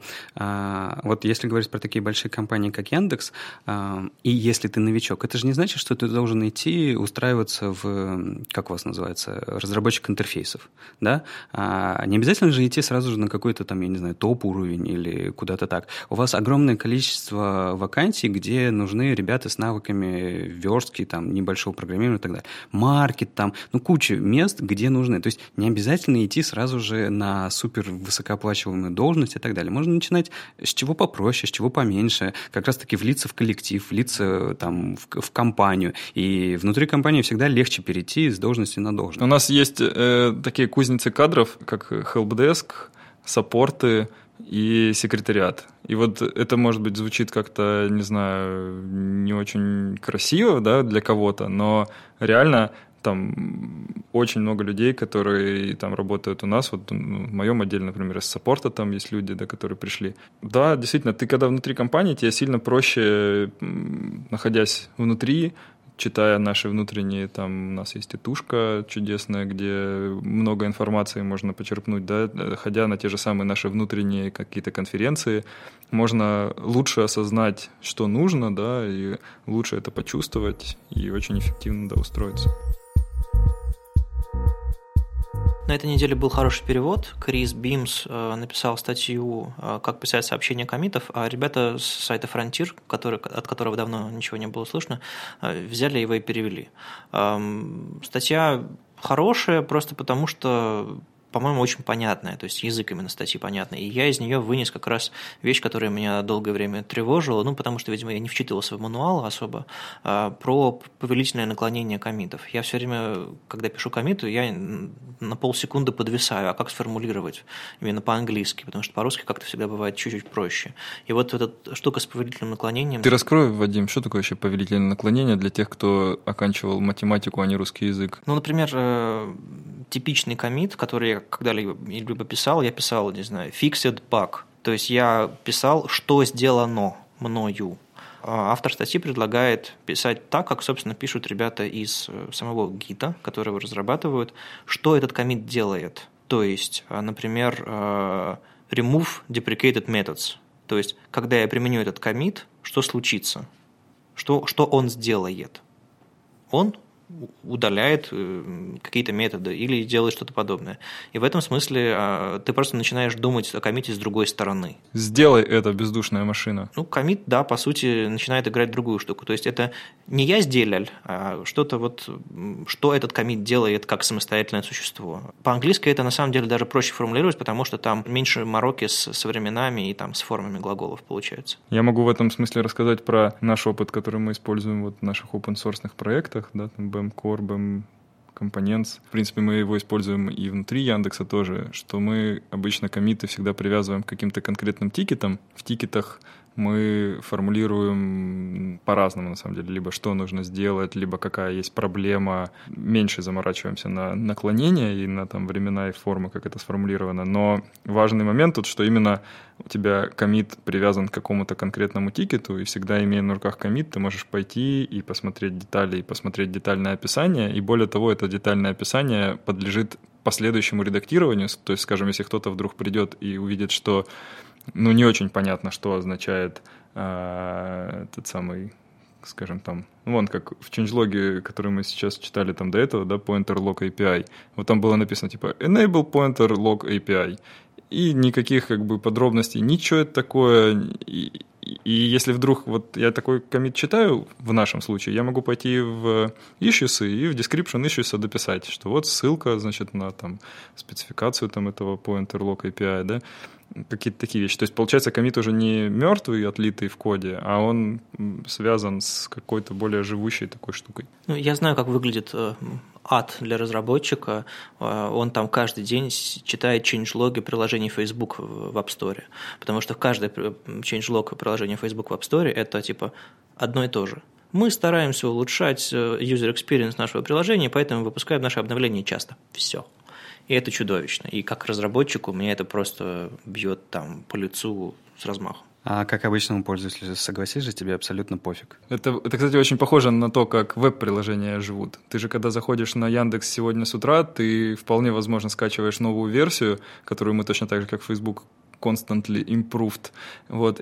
вот если говорить про такие большие компании, как Яндекс, и если ты новичок, это же не значит, что ты должен идти устраиваться в, как у вас называется, разработчик интерфейсов, да? Не обязательно же идти сразу же на какой-то там, я не знаю, топ-уровень или куда-то так. У вас огромное количество вакансий, где нужны ребята с навыками верстки, там, небольшого программирования и так далее. Маркет там, куча мест, где нужны. То есть не обязательно идти сразу же на супер высокооплачиваемую должность и так далее. Можно начинать с чего попроще, с чего поменьше, как раз-таки влиться в коллектив, влиться там в компанию. И внутри компании всегда легче перейти с должности на должность. У нас есть такие кузницы кадров, как helpdesk, саппорты и секретариат. И вот это, может быть, звучит как-то, не знаю, не очень красиво, да, для кого-то, но реально там очень много людей, которые там работают у нас. Вот в моем отделе, например, из саппорта там есть люди, да, которые пришли. Да, действительно, ты когда внутри компании, тебе сильно проще, находясь внутри, читая наши внутренние, там у нас есть тетушка чудесная, где много информации можно почерпнуть, да, ходя на те же самые наши внутренние какие-то конференции, можно лучше осознать, что нужно, да, и лучше это почувствовать и очень эффективно, да, устроиться. На этой неделе был хороший перевод. Крис Бимс написал статью «Как писать сообщения коммитов», а ребята с сайта Frontier, от которого давно ничего не было слышно, взяли его и перевели. Статья хорошая просто потому, что, по-моему, очень понятная, то есть язык именно статьи понятный. И я из нее вынес как раз вещь, которая меня долгое время тревожила, потому что, видимо, я не вчитывался в мануал особо, про повелительное наклонение коммитов. Я все время, когда пишу коммиту, я на полсекунды подвисаю, а как сформулировать именно по-английски, потому что по-русски как-то всегда бывает чуть-чуть проще. И вот эта штука с повелительным наклонением... Ты раскрой, Вадим, что такое вообще повелительное наклонение для тех, кто оканчивал математику, а не русский язык? Например, типичный коммит, который я когда-либо писал, я писал, не знаю, fixed bug. То есть я писал, что сделано мною. Автор статьи предлагает писать так, как, собственно, пишут ребята из самого гита, которые его разрабатывают, что этот коммит делает. То есть, например, remove deprecated methods. То есть, когда я применю этот коммит, что случится? Что он сделает? Он удаляет какие-то методы или делает что-то подобное. И в этом смысле ты просто начинаешь думать о коммите с другой стороны. Сделай это, бездушная машина. Коммит, да, по сути, начинает играть другую штуку. То есть это не я сделал, а что-то вот, что этот коммит делает как самостоятельное существо. По-английски это на самом деле даже проще формулировать, потому что там меньше мороки со временами и там с формами глаголов получается. Я могу в этом смысле рассказать про наш опыт, который мы используем вот в наших open-source проектах, да, там BAM Core, BAM Components. В принципе, мы его используем и внутри Яндекса тоже, что мы обычно коммиты всегда привязываем к каким-то конкретным тикетам. В тикетах мы формулируем по-разному, на самом деле, либо что нужно сделать, либо какая есть проблема. Меньше заморачиваемся на наклонения и на там времена и формы, как это сформулировано. Но важный момент тут, что именно у тебя коммит привязан к какому-то конкретному тикету, и всегда, имея на руках коммит, ты можешь пойти и посмотреть детали, и посмотреть детальное описание. И более того, это детальное описание подлежит последующему редактированию. То есть, скажем, если кто-то вдруг придет и увидит, что не очень понятно, что означает этот самый, скажем, там, вон как в changelog, который мы сейчас читали там до этого, да, pointer log API. Вот там было написано типа enable pointer log API. И никаких как бы подробностей, ничего это такое, и И если вдруг вот я такой коммит читаю, в нашем случае, я могу пойти в issues и в description issues дописать, что вот ссылка, значит, на там спецификацию там этого pointer lock API, да, какие-то такие вещи. То есть, получается, коммит уже не мертвый, отлитый в коде, а он связан с какой-то более живущей такой штукой. Ну, я знаю, как выглядит ад для разработчика. Он там каждый день читает changelog приложений Facebook в App Store, потому что каждый changelog приложения Facebook в App Store – это типа одно и то же. Мы стараемся улучшать user experience нашего приложения, поэтому выпускаем наши обновления часто. Все. И это чудовищно. И как разработчику мне это просто бьет там по лицу с размахом. А как обычному пользователю, согласись же, тебе абсолютно пофиг. Это, кстати, очень похоже на то, как веб-приложения живут. Ты же, когда заходишь на Яндекс сегодня с утра, ты вполне возможно скачиваешь новую версию, которую мы точно так же, как Facebook, constantly improved. Вот,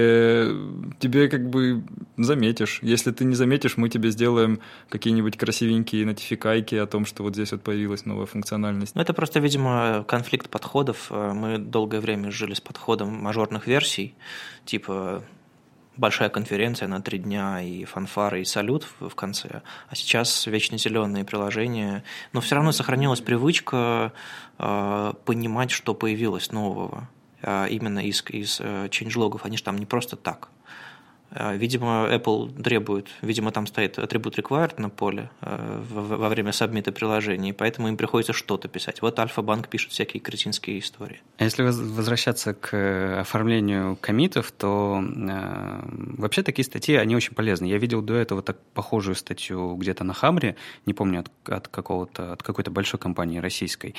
и тебе как бы заметишь. Если ты не заметишь, мы тебе сделаем какие-нибудь красивенькие нотификайки о том, что вот здесь вот появилась новая функциональность. Ну, это просто, видимо, конфликт подходов. Мы долгое время жили с подходом мажорных версий, типа большая конференция на 3 дня и фанфары, и салют в конце. А сейчас вечно зеленые приложения. Но все равно сохранилась привычка понимать, что появилось нового. Именно из changelog'ов, они же там не просто так. Видимо, Apple требует, видимо, там стоит атрибут required на поле во время сабмита приложений, поэтому им приходится что-то писать. Вот Альфа-банк пишет всякие кретинские истории. А если возвращаться к оформлению коммитов, то вообще такие статьи, они очень полезны. Я видел до этого так похожую статью где-то на Хабре, не помню, от какой-то большой компании российской,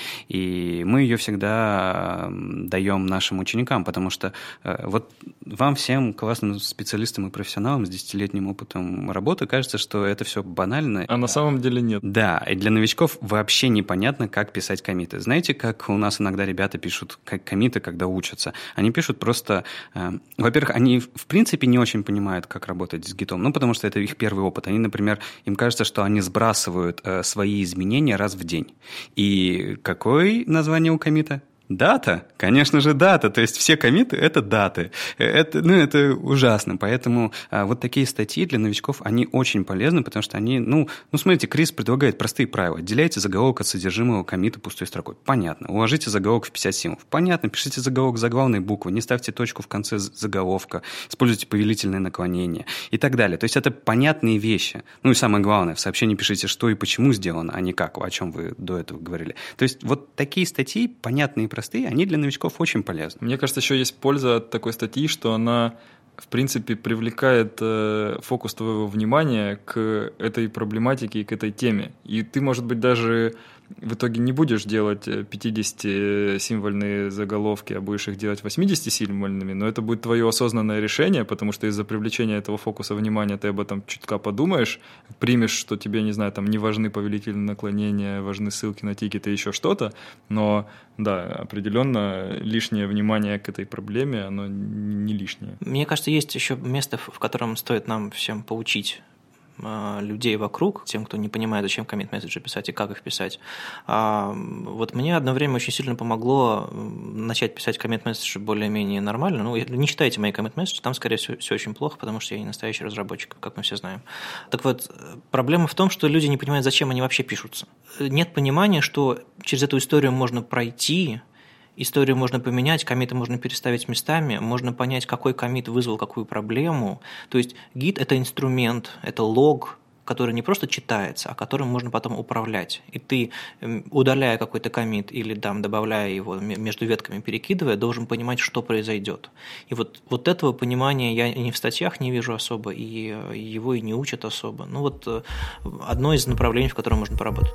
и мы ее всегда даем нашим ученикам, потому что вот вам всем, классным специалистам и профессионалам с 10-летним опытом работы, кажется, что это все банально. А на самом деле нет. Да, и для новичков вообще непонятно, как писать коммиты. Знаете, как у нас иногда ребята пишут коммиты, когда учатся? Они пишут просто... во-первых, они в принципе не очень понимают, как работать с гитом, ну, потому что это их первый опыт. Они, например, им кажется, что они сбрасывают свои изменения раз в день. И какое название у коммита? Дата? Конечно же, дата. То есть все коммиты – это даты. Это ужасно. Поэтому вот такие статьи для новичков, они очень полезны, потому что они, смотрите, Крис предлагает простые правила. Отделяйте заголовок от содержимого коммита пустой строкой. Понятно. Уложите заголовок в 50 символов. Понятно. Пишите заголовок заглавной буквы. Не ставьте точку в конце заголовка. Используйте повелительное наклонение и так далее. То есть это понятные вещи. Ну и самое главное, в сообщении пишите, что и почему сделано, а не как, о чем вы до этого говорили. То есть вот такие статьи, понятные и простые, они для новичков очень полезны. Мне кажется, еще есть польза от такой статьи, что она, в принципе, привлекает фокус твоего внимания к этой проблематике и к этой теме. И ты, может быть, даже в итоге не будешь делать 50-символьные заголовки, а будешь их делать 80-символьными, но это будет твое осознанное решение, потому что из-за привлечения этого фокуса внимания ты об этом чутка подумаешь, примешь, что тебе, не знаю, там не важны повелительные наклонения, важны ссылки на тикеты и еще что-то, но, да, определенно лишнее внимание к этой проблеме, оно не лишнее. Мне кажется, есть еще место, в котором стоит нам всем поучить людей вокруг, тем, кто не понимает, зачем коммит-месседжи писать и как их писать. Вот мне одно время очень сильно помогло начать писать коммит-месседжи более-менее нормально. Ну, не читайте мои коммит-месседжи, там, скорее всего, все очень плохо, потому что я не настоящий разработчик, как мы все знаем. Так вот, проблема в том, что люди не понимают, зачем они вообще пишутся. Нет понимания, что через эту историю можно пройти, историю можно поменять, коммиты можно переставить местами, можно понять, какой коммит вызвал какую проблему. То есть гид – это инструмент, это лог, который не просто читается, а которым можно потом управлять. И ты, удаляя какой-то коммит или там, добавляя его, между ветками перекидывая, должен понимать, что произойдет. И вот этого понимания я ни в статьях не вижу особо, и его и не учат особо. Ну вот одно из направлений, в котором можно поработать.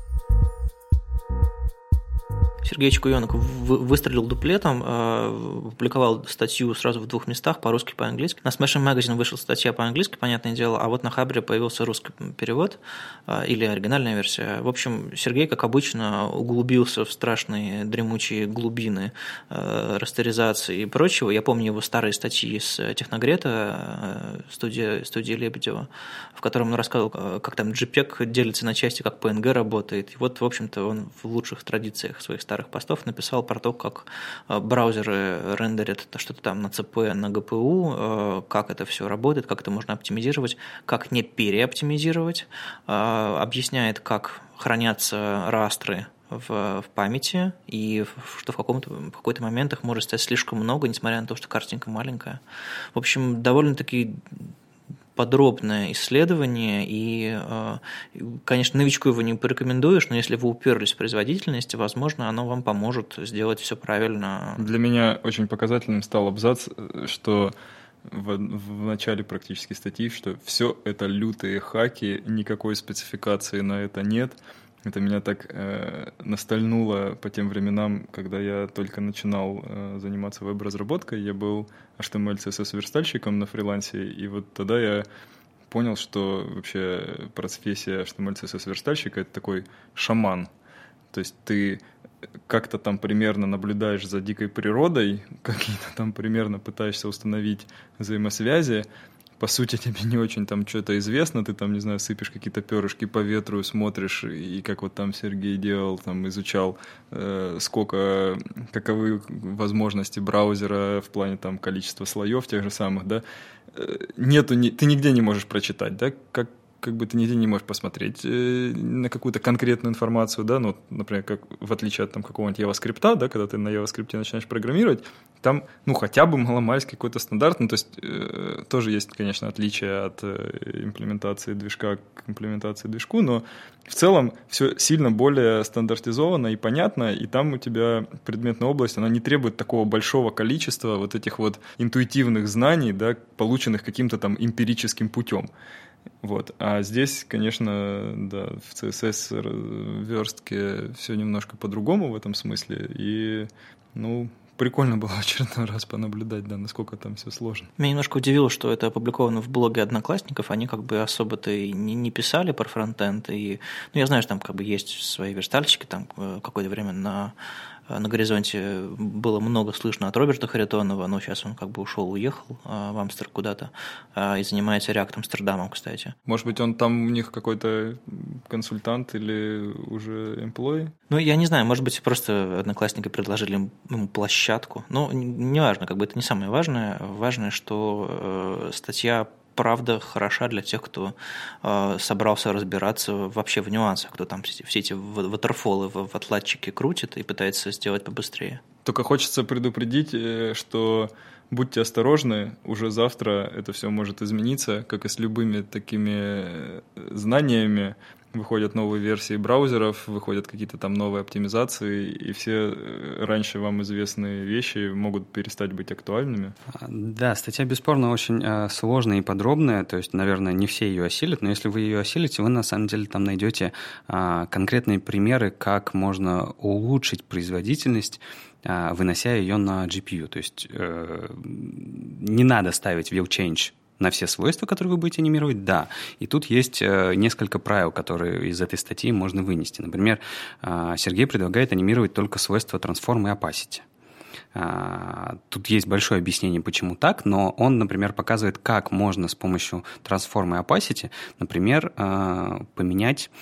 Сергей Чекуенок выстрелил дуплетом, публиковал статью сразу в 2 местах, по-русски и по-английски. На Smashing Magazine вышла статья по-английски, понятное дело, а вот на Хабре появился русский перевод или оригинальная версия. В общем, Сергей, как обычно, углубился в страшные дремучие глубины растеризации и прочего. Я помню его старые статьи с Техногрета, студии Лебедева, в котором он рассказывал, как там JPEG делится на части, как PNG работает. И вот, в общем-то, он в лучших традициях своих старых старых постов написал про то, как браузеры рендерят что-то там на ЦП, на ГПУ, как это все работает, как это можно оптимизировать, как не переоптимизировать, объясняет, как хранятся растры в памяти, и что в какой-то момент их может стать слишком много, несмотря на то, что картинка маленькая. В общем, довольно-таки подробное исследование, и, конечно, новичку его не порекомендуешь, но если вы уперлись в производительность, возможно, оно вам поможет сделать все правильно. Для меня очень показательным стал абзац, что в начале практически статьи, что все это лютые хаки, никакой спецификации на это нет. Это меня так настольнуло по тем временам, когда я только начинал заниматься веб-разработкой. Я был HTML, CSS-верстальщиком на фрилансе, и вот тогда я понял, что вообще профессия HTML, CSS-верстальщика — это такой шаман. То есть ты как-то там примерно наблюдаешь за дикой природой, какие-то там примерно пытаешься установить взаимосвязи. По сути, тебе не очень там что-то известно, ты там, не знаю, сыпешь какие-то перышки по ветру, смотришь, и как вот там Сергей делал, там изучал, каковы возможности браузера в плане там количества слоев тех же самых, да, ты нигде не можешь прочитать, да, как бы ты нигде не можешь посмотреть на какую-то конкретную информацию, да, ну, например, как в отличие от там какого-нибудь JavaScript, да, когда ты на JavaScript начинаешь программировать, там, ну, хотя бы маломальский какой-то стандарт, ну, то есть тоже есть, конечно, отличие от имплементации движка к имплементации движку, но в целом все сильно более стандартизовано и понятно, и там у тебя предметная область, она не требует такого большого количества вот этих вот интуитивных знаний, да, полученных каким-то там эмпирическим путем. Вот. А здесь, конечно, да, в CSS-верстке все немножко по-другому в этом смысле. И, ну, прикольно было в очередной раз понаблюдать, да, насколько там все сложно. Меня немножко удивило, что это опубликовано в блоге Одноклассников. Они как бы особо-то и не писали про фронтенд. И, ну, я знаю, что там как бы есть свои верстальщики, там какое-то время на горизонте было много слышно от Роберта Харитонова, но сейчас он как бы уехал в Амстер куда-то и занимается React Амстердамом, кстати. Может быть, он там у них какой-то консультант или уже employee? Ну, я не знаю, может быть, просто Одноклассники предложили ему площадку. Но неважно, как бы это не самое важное. Важное, что статья правда хороша для тех, кто собрался разбираться вообще в нюансах, кто там все эти ватерфолы в отладчике крутит и пытается сделать побыстрее. Только хочется предупредить, что будьте осторожны, уже завтра это все может измениться, как и с любыми такими знаниями. Выходят новые версии браузеров, выходят какие-то там новые оптимизации, и все раньше вам известные вещи могут перестать быть актуальными. Да, статья бесспорно очень сложная и подробная, то есть, наверное, не все ее осилят, но если вы ее осилите, вы на самом деле там найдете конкретные примеры, как можно улучшить производительность, вынося ее на GPU. То есть не надо ставить will change на все свойства, которые вы будете анимировать, да. И тут есть несколько правил, которые из этой статьи можно вынести. Например, Сергей предлагает анимировать только свойства transform и opacity. Тут есть большое объяснение, почему так, но он, например, показывает, как можно с помощью transform и opacity, например, поменять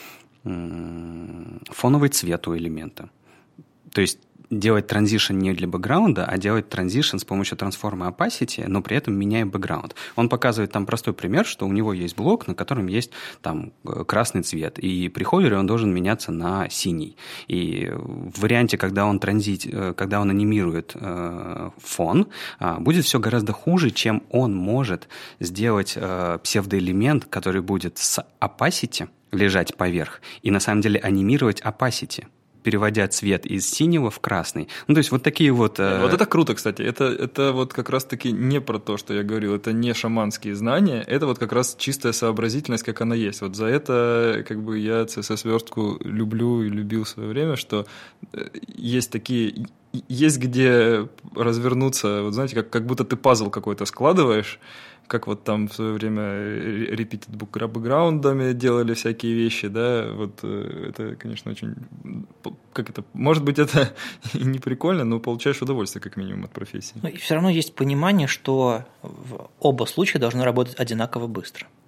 фоновый цвет у элемента. То есть делать транзишн не для бэкграунда, а делать транзишн с помощью трансформа opacity, но при этом меняя бэкграунд. Он показывает там простой пример, что у него есть блок, на котором есть там красный цвет, и при ховере он должен меняться на синий. И в варианте, когда он анимирует фон, будет все гораздо хуже, чем он может сделать псевдоэлемент, который будет с opacity лежать поверх, и на самом деле анимировать opacity, переводя цвет из синего в красный. Ну, то есть вот такие вот... Вот это круто, кстати. Это вот как раз-таки не про то, что я говорил. Это не шаманские знания, это вот как раз чистая сообразительность, как она есть. Вот за это как бы я CSS-верстку люблю и любил в свое время, что есть такие... Есть где развернуться, вот знаете, как будто ты пазл какой-то складываешь, как вот там в свое время repeated бэкграундами делали всякие вещи, да, вот это, конечно, очень, как это, может быть, это и не прикольно, но получаешь удовольствие, как минимум, от профессии. Но и все равно есть понимание, что оба случая должны работать одинаково быстро.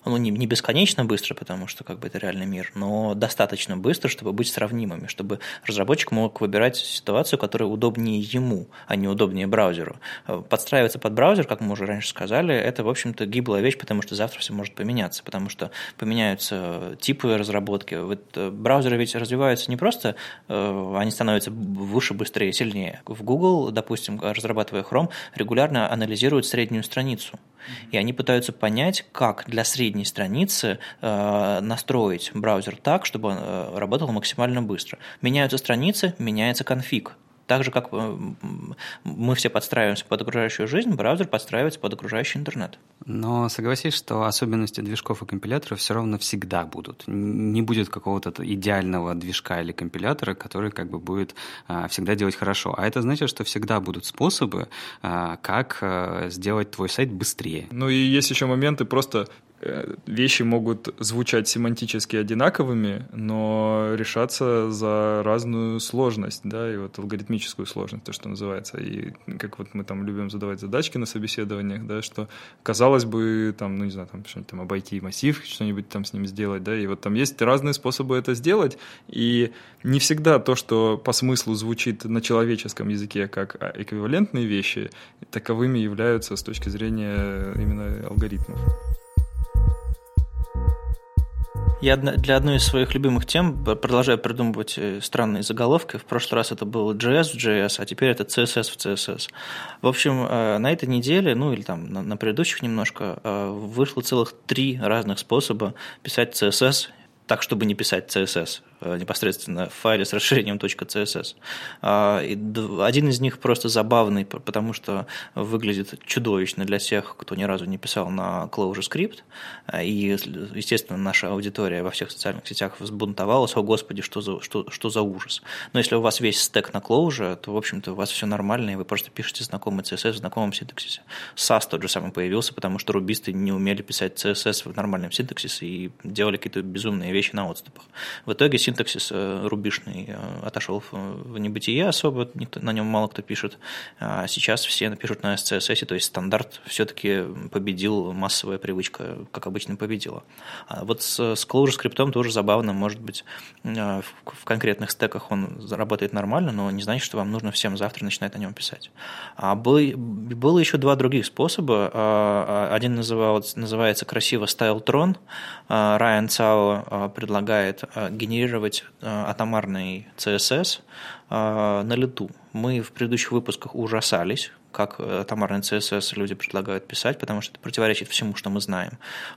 ну, не бесконечно быстро, потому что как бы это реальный мир, но достаточно быстро, чтобы быть сравнимыми, чтобы разработчик мог выбирать ситуацию, которая удобнее ему, а не удобнее браузеру. Подстраиваться под браузер, как мы уже раньше сказали, это, в общем-то, гиблая вещь, потому что завтра все может поменяться, потому что поменяются типы разработки. Вот браузеры ведь развиваются не просто, они становятся выше, быстрее, сильнее. В Google, допустим, разрабатывая Chrome, регулярно анализируют среднюю страницу. И они пытаются понять, как для средней страницы настроить браузер так, чтобы он работал максимально быстро. Меняются страницы, меняется конфиг. Так же, как мы все подстраиваемся под окружающую жизнь, браузер подстраивается под окружающий интернет. Но согласись, что особенности движков и компиляторов все равно всегда будут. Не будет какого-то идеального движка или компилятора, который как бы будет всегда делать хорошо. А это значит, что всегда будут способы, как сделать твой сайт быстрее. Ну и есть еще моменты просто... Вещи могут звучать семантически одинаковыми, но решаться за разную сложность, да, и вот алгоритмическую сложность, то, что называется. И как вот мы там любим задавать задачки на собеседованиях, да, что казалось бы, там, ну не знаю, там что-нибудь там обойти массив, что-нибудь там с ним сделать, да, и вот там есть разные способы это сделать, и не всегда то, что по смыслу звучит на человеческом языке как эквивалентные вещи, таковыми являются с точки зрения именно алгоритмов. Я для одной из своих любимых тем продолжаю придумывать странные заголовки. В прошлый раз это был JS в JS, а теперь это CSS в CSS. В общем, на этой неделе, ну или там на предыдущих немножко, вышло целых 3 разных способа писать CSS так, чтобы не писать CSS непосредственно в файле с расширением .css. Один из них просто забавный, потому что выглядит чудовищно для тех, кто ни разу не писал на ClojureScript, и, естественно, наша аудитория во всех социальных сетях взбунтовалась: о господи, что за ужас. Но если у вас весь стек на Clojure, то, в общем-то, у вас все нормально, и вы просто пишете знакомый CSS в знакомом синтаксисе. SAS тот же самый появился, потому что рубисты не умели писать CSS в нормальном синтаксисе и делали какие-то безумные вещи на отступах. В итоге синтаксис рубишный отошел в небытие особо, на нем мало кто пишет. А сейчас все напишут на SCSS, то есть стандарт все-таки победил, массовая привычка, как обычно, победила. А вот с ClojureScript тоже забавно, может быть, в конкретных стеках он работает нормально, но не значит, что вам нужно всем завтра начинать на нем писать. А было еще 2 других способа. Один называется красиво StyleTron. Райан Цао предлагает генерировать атомарный CSS на лету. Мы в предыдущих выпусках ужасались, как атомарный CSS люди предлагают писать, потому что это противоречит всему, что мы знаем.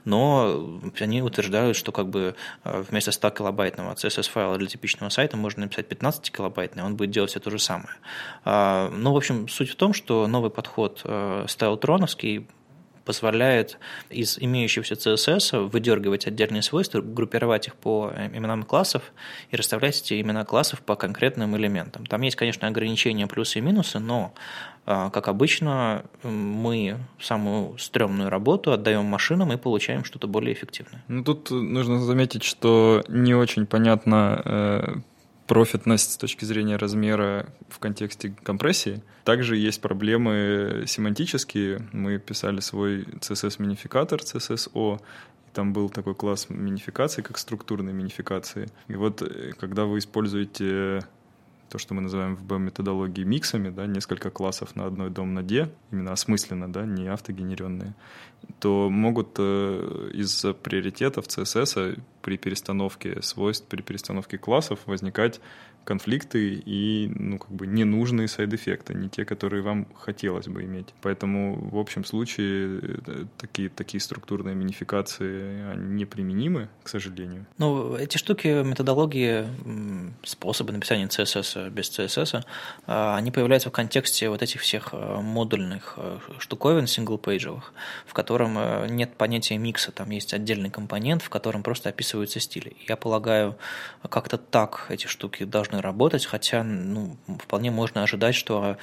Но они утверждают, что как бы вместо 100-килобайтного CSS-файла для типичного сайта можно написать 15-килобайтный, он будет делать все то же самое. Ну, в общем, суть в том, что новый подход StyleTron-овский позволяет из имеющегося CSS выдергивать отдельные свойства, группировать их по именам классов и расставлять эти имена классов по конкретным элементам. Там есть, конечно, ограничения, плюсы и минусы, но, как обычно, мы самую стрёмную работу отдаем машинам и получаем что-то более эффективное. Ну, тут нужно заметить, что не очень понятно профитность с точки зрения размера в контексте компрессии. Также есть проблемы семантические. Мы писали свой CSS-минификатор, CSS-O, и там был такой класс минификации, как структурные минификации. И вот когда вы используете то, что мы называем в BEM-методологии миксами, да, несколько классов на одной дом-ноде, именно осмысленно, да, не автогенеренные, то могут из-за приоритетов CSS при перестановке свойств, при перестановке классов возникать конфликты и, ну, как бы ненужные сайд-эффекты, не те, которые вам хотелось бы иметь. Поэтому в общем случае такие структурные минификации они неприменимы, к сожалению. Ну, эти штуки, методологии, способы написания CSS без CSS, они появляются в контексте вот этих всех модульных штуковин синглпейджевых, в котором нет понятия микса, там есть отдельный компонент, в котором просто описываются стили. Я полагаю, как-то так эти штуки должны работать, хотя, ну, вполне можно ожидать, что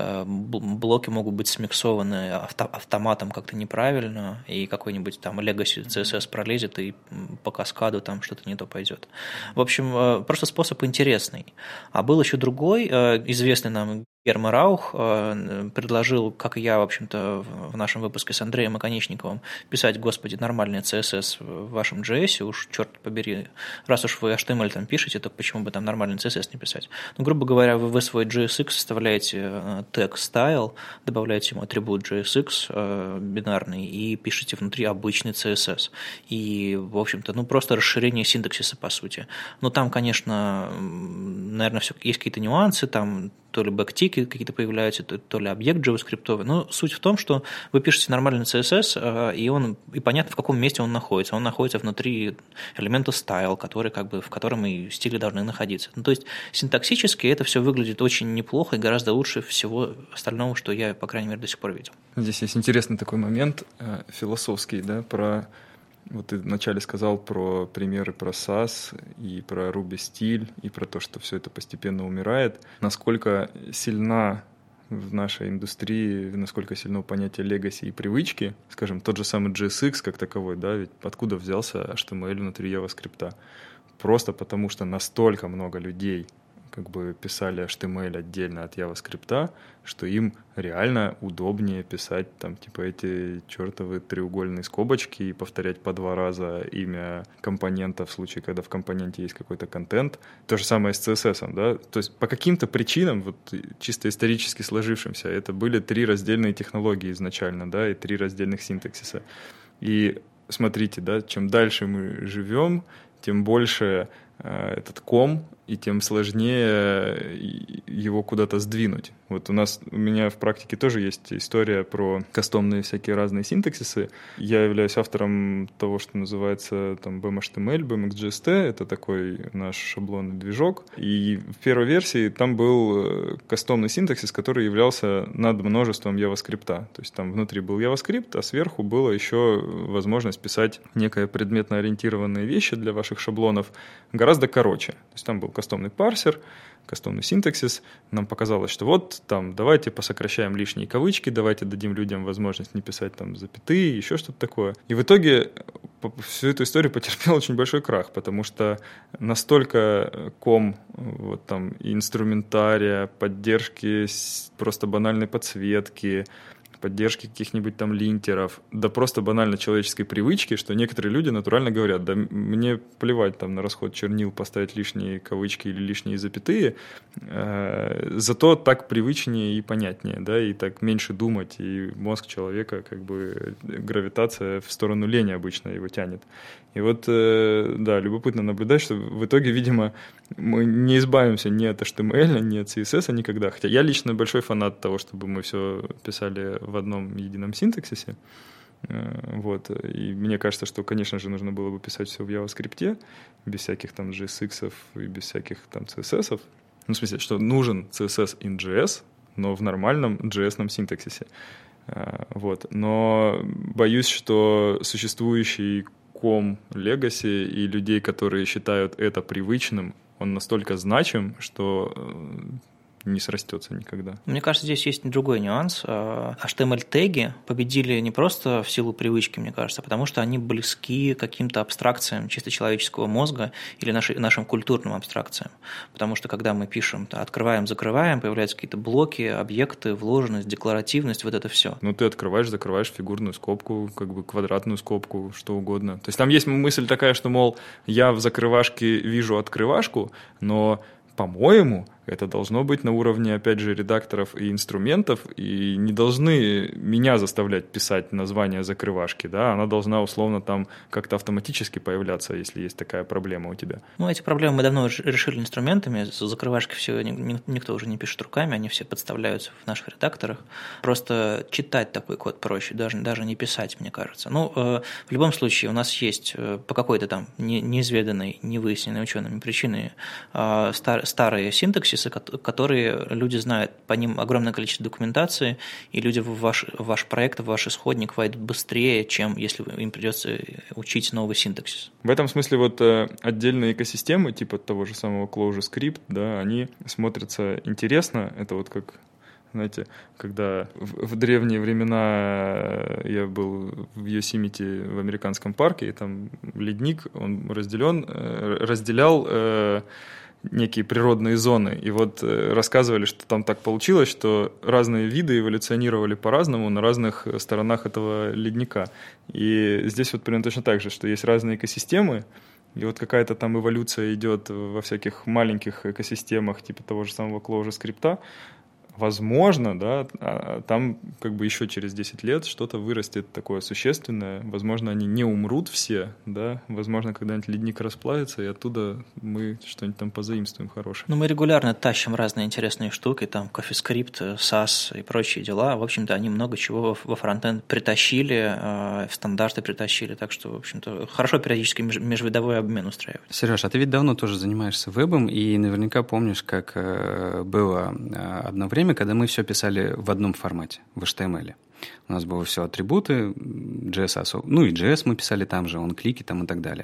блоки могут быть смиксованы автоматом как-то неправильно, и какой-нибудь там legacy CSS пролезет, и по каскаду там что-то не то пойдет. В общем, просто способ интересный. А был еще другой, известный нам Герман Раух предложил, как и я, в общем-то, в нашем выпуске с Андреем Оконечниковым, писать, господи, нормальный CSS в вашем JS, уж, черт побери, раз уж вы HTML там пишете, то почему бы там нормальный CSS не писать? Ну, грубо говоря, вы свой JSX вставляете тег style, добавляете ему атрибут JSX бинарный и пишете внутри обычный CSS. И, в общем-то, ну, просто расширение синтаксиса, по сути. Но там, конечно, наверное, все, есть какие-то нюансы, там то ли бэктики какие-то появляются, то ли объект JavaScript. Но суть в том, что вы пишете нормальный CSS, и понятно, в каком месте он находится. Он находится внутри элемента style, в котором и стили должны находиться. Ну, то есть синтаксически это все выглядит очень неплохо и гораздо лучше всего остального, что я, по крайней мере, до сих пор видел. Здесь есть интересный такой момент философский, да, про... Вот ты вначале сказал про примеры про SAS и про Ruby стиль, и про то, что все это постепенно умирает. Насколько сильна в нашей индустрии, насколько сильно понятие legacy и привычки, скажем, тот же самый JSX как таковой, да, ведь откуда взялся HTML внутри JavaScript? Просто потому, что настолько много людей как бы писали HTML отдельно от JavaScript, что им реально удобнее писать там типа эти чертовы треугольные скобочки и повторять по 2 раза имя компонента в случае, когда в компоненте есть какой-то контент. То же самое с CSS, да? То есть по каким-то причинам, вот чисто исторически сложившимся, это были 3 раздельные технологии изначально, да, и 3 раздельных синтаксиса. И смотрите, да, чем дальше мы живем, тем больше этот ком, и тем сложнее его куда-то сдвинуть. Вот у меня в практике тоже есть история про кастомные всякие разные синтаксисы. Я являюсь автором того, что называется там BMHTML, BMXGST, это такой наш шаблонный движок. И в первой версии там был кастомный синтаксис, который являлся над множеством JavaScript. То есть там внутри был JavaScript, а сверху была еще возможность писать некое предметно-ориентированные вещи для ваших шаблонов гораздо короче. То есть там был кастомный парсер, кастомный синтаксис. Нам показалось, что вот там давайте посокращаем лишние кавычки, давайте дадим людям возможность не писать там запятые, еще что-то такое. И в итоге всю эту историю потерпел очень большой крах, потому что настолько ком вот там инструментария, поддержки просто банальной подсветки, поддержки каких-нибудь там линтеров, да просто банально человеческой привычки, что некоторые люди натурально говорят, да мне плевать там на расход чернил, поставить лишние кавычки или лишние запятые, зато так привычнее и понятнее, да, и так меньше думать, и мозг человека, как бы гравитация в сторону лени обычно его тянет. И вот, да, любопытно наблюдать, что в итоге, видимо, мы не избавимся ни от HTML, ни от CSS никогда. Хотя я лично большой фанат того, чтобы мы все писали в одном едином синтаксисе. Вот. И мне кажется, что, конечно же, нужно было бы писать все в JavaScript, без всяких там JSX и без всяких там CSS. Ну, в смысле, что нужен CSS in JS, но в нормальном JS-ном синтаксисе. Вот. Но боюсь, что существующий ком Legacy и людей, которые считают это привычным, он настолько значим, что не срастется никогда. Мне кажется, здесь есть другой нюанс. HTML-теги победили не просто в силу привычки, мне кажется, а потому что они близки к каким-то абстракциям чисто человеческого мозга или нашим культурным абстракциям. Потому что когда мы пишем, открываем, закрываем, появляются какие-то блоки, объекты, вложенность, декларативность, вот это все. Ну, ты открываешь, закрываешь фигурную скобку, как бы квадратную скобку, что угодно. То есть там есть мысль такая, что, мол, я в закрывашке вижу открывашку, но, по-моему, это должно быть на уровне, опять же, редакторов и инструментов, и не должны меня заставлять писать название закрывашки, да, она должна условно там как-то автоматически появляться, если есть такая проблема у тебя. Ну, эти проблемы мы давно решили инструментами, закрывашки все никто уже не пишет руками, они все подставляются в наших редакторах. Просто читать такой код проще, даже не писать, мне кажется. Ну, в любом случае, у нас есть по какой-то там неизведанной, невыясненной учеными причине старые синтаксисы, которые люди знают, по ним огромное количество документации, и люди в ваш проект, в ваш исходник войдут быстрее, чем если им придется учить новый синтаксис. В этом смысле вот отдельные экосистемы, типа того же самого ClojureScript, да, они смотрятся интересно. Это вот как, знаете, когда в древние времена я был в Йосемите в американском парке, и там ледник, он разделял некие природные зоны. И вот рассказывали, что там так получилось, что разные виды эволюционировали по-разному на разных сторонах этого ледника. И здесь вот примерно точно так же, что есть разные экосистемы, и вот какая-то там эволюция идет во всяких маленьких экосистемах, типа того же самого ClojureScript. Возможно, да, там как бы еще через 10 лет что-то вырастет такое существенное. Возможно, они не умрут все, да. Возможно, когда-нибудь ледник расплавится, и оттуда мы что-нибудь там позаимствуем хорошее. Ну, мы регулярно тащим разные интересные штуки, там, CoffeeScript, SAS и прочие дела. В общем-то, они много чего во фронтенд притащили, в стандарты притащили. Так что, в общем-то, хорошо периодически межвидовой обмен устраивать. Сереж, а ты ведь давно тоже занимаешься вебом, и наверняка помнишь, как было одно время, когда мы все писали в одном формате, в HTML. У нас было все атрибуты, JS, ну и JS мы писали там же, онклики там и так далее.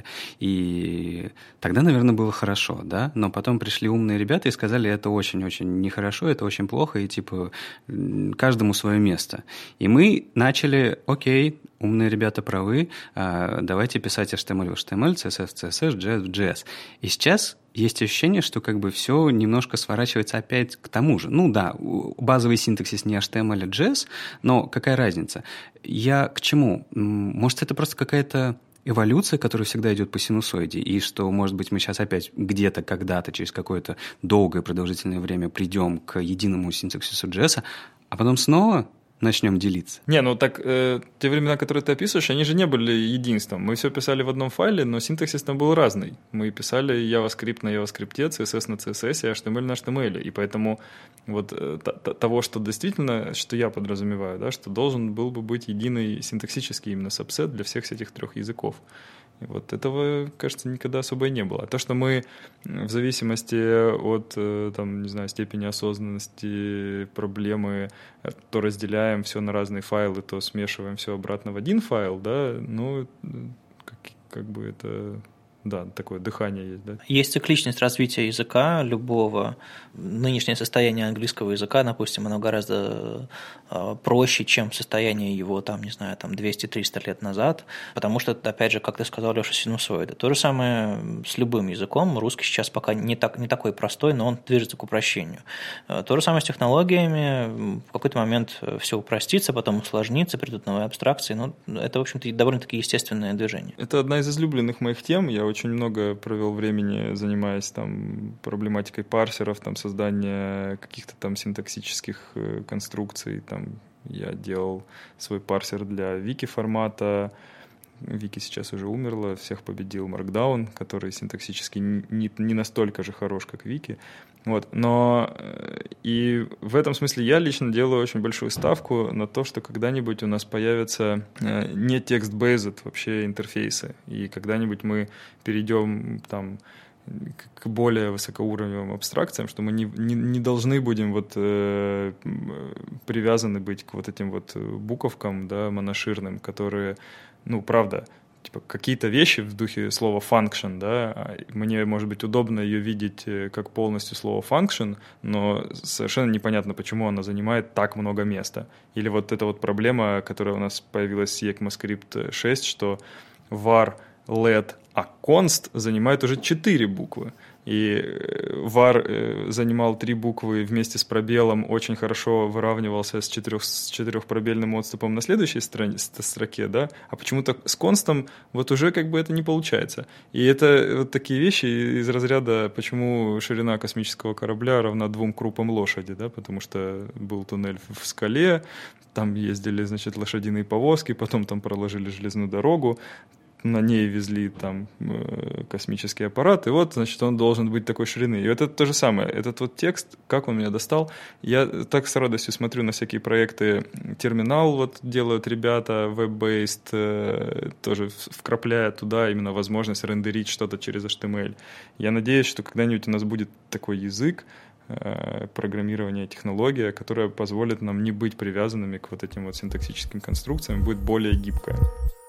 И тогда, наверное, было хорошо, да? Но потом пришли умные ребята и сказали, это очень-очень нехорошо, это очень плохо, и типа каждому свое место. И мы начали, окей, умные ребята правы, давайте писать HTML в HTML, CSS в CSS, JS в JS. И сейчас есть ощущение, что как бы все немножко сворачивается опять к тому же. Ну да, базовый синтаксис не HTML, а JS, но какая разница? Я к чему? Может, это просто какая-то эволюция, которая всегда идет по синусоиде, и что, может быть, мы сейчас опять где-то, когда-то, через какое-то долгое продолжительное время придем к единому синтаксису JS, а потом снова начнем делиться. Не, ну так те времена, которые ты описываешь, они же не были единством. Мы все писали в одном файле, но синтаксис там был разный. Мы писали JavaScript на JavaScript, CSS на CSS, HTML на HTML. И поэтому вот того, что действительно, что я подразумеваю, да, что должен был бы быть единый синтаксический именно сабсет для всех этих трех языков. И вот этого, кажется, никогда особо и не было. А то, что мы в зависимости от, там, не знаю, степени осознанности, проблемы, то разделяем все на разные файлы, то смешиваем все обратно в один файл, да, ну, как бы это... Да, такое дыхание есть, да? Есть цикличность развития языка любого. Нынешнее состояние английского языка, допустим, оно гораздо проще, чем состояние его, там, не знаю, там 200-300 лет назад, потому что, опять же, как ты сказал, Леша, синусоиды. То же самое с любым языком. Русский сейчас пока не такой простой, но он движется к упрощению. То же самое с технологиями. В какой-то момент все упростится, потом усложнится, придут новые абстракции. Но это, в общем-то, довольно-таки естественное движение. Это одна из излюбленных моих тем. Я очень много провел времени, занимаясь там проблематикой парсеров, там создания каких-то там синтаксических конструкций. Там я делал свой парсер для вики формата. Вики сейчас уже умерла, всех победил Markdown, который синтаксически не настолько же хорош, как Вики. Вот. Но и в этом смысле я лично делаю очень большую ставку на то, что когда-нибудь у нас появятся не text-based вообще интерфейсы, и когда-нибудь мы перейдем там к более высокоуровневым абстракциям, что мы не должны будем вот привязаны быть к вот этим вот буковкам, да, моноширным, которые, ну, правда, типа какие-то вещи в духе слова function, да, мне, может быть, удобно ее видеть как полностью слово function, но совершенно непонятно, почему она занимает так много места. Или вот эта вот проблема, которая у нас появилась с ECMAScript 6, что var, let, а const занимает уже 4 буквы. И var занимал 3 буквы вместе с пробелом, очень хорошо выравнивался с 4-пробельным отступом на следующей строке, да? А почему-то с констом вот уже как бы это не получается. И это вот такие вещи из разряда, почему ширина космического корабля равна 2 крупам лошади, да? Потому что был туннель в скале, там ездили, значит, лошадиные повозки, потом там проложили железную дорогу, на ней везли там космический аппарат, и вот, значит, он должен быть такой ширины. И вот это то же самое. Этот вот текст, как он меня достал, я так с радостью смотрю на всякие проекты. Терминал вот делают ребята, web-based, тоже вкрапляя туда именно возможность рендерить что-то через HTML. Я надеюсь, что когда-нибудь у нас будет такой язык, программирование, технология, которая позволит нам не быть привязанными к вот этим вот синтаксическим конструкциям, будет более гибкая.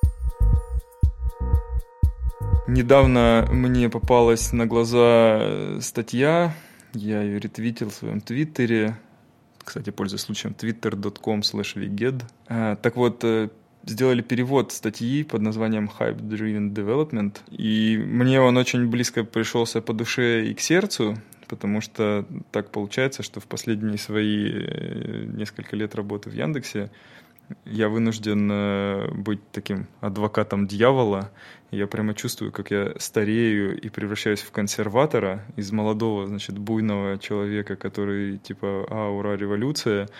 Недавно мне попалась на глаза статья, я ее ретвитил в своем твиттере, кстати, пользуясь случаем, twitter.com/vged. Так вот, сделали перевод статьи под названием Hype-Driven Development, и мне он очень близко пришелся по душе и к сердцу, потому что так получается, что в последние свои несколько лет работы в Яндексе я вынужден быть таким адвокатом дьявола. Я прямо чувствую, как я старею и превращаюсь в консерватора из молодого, значит, буйного человека, который типа ура, революция.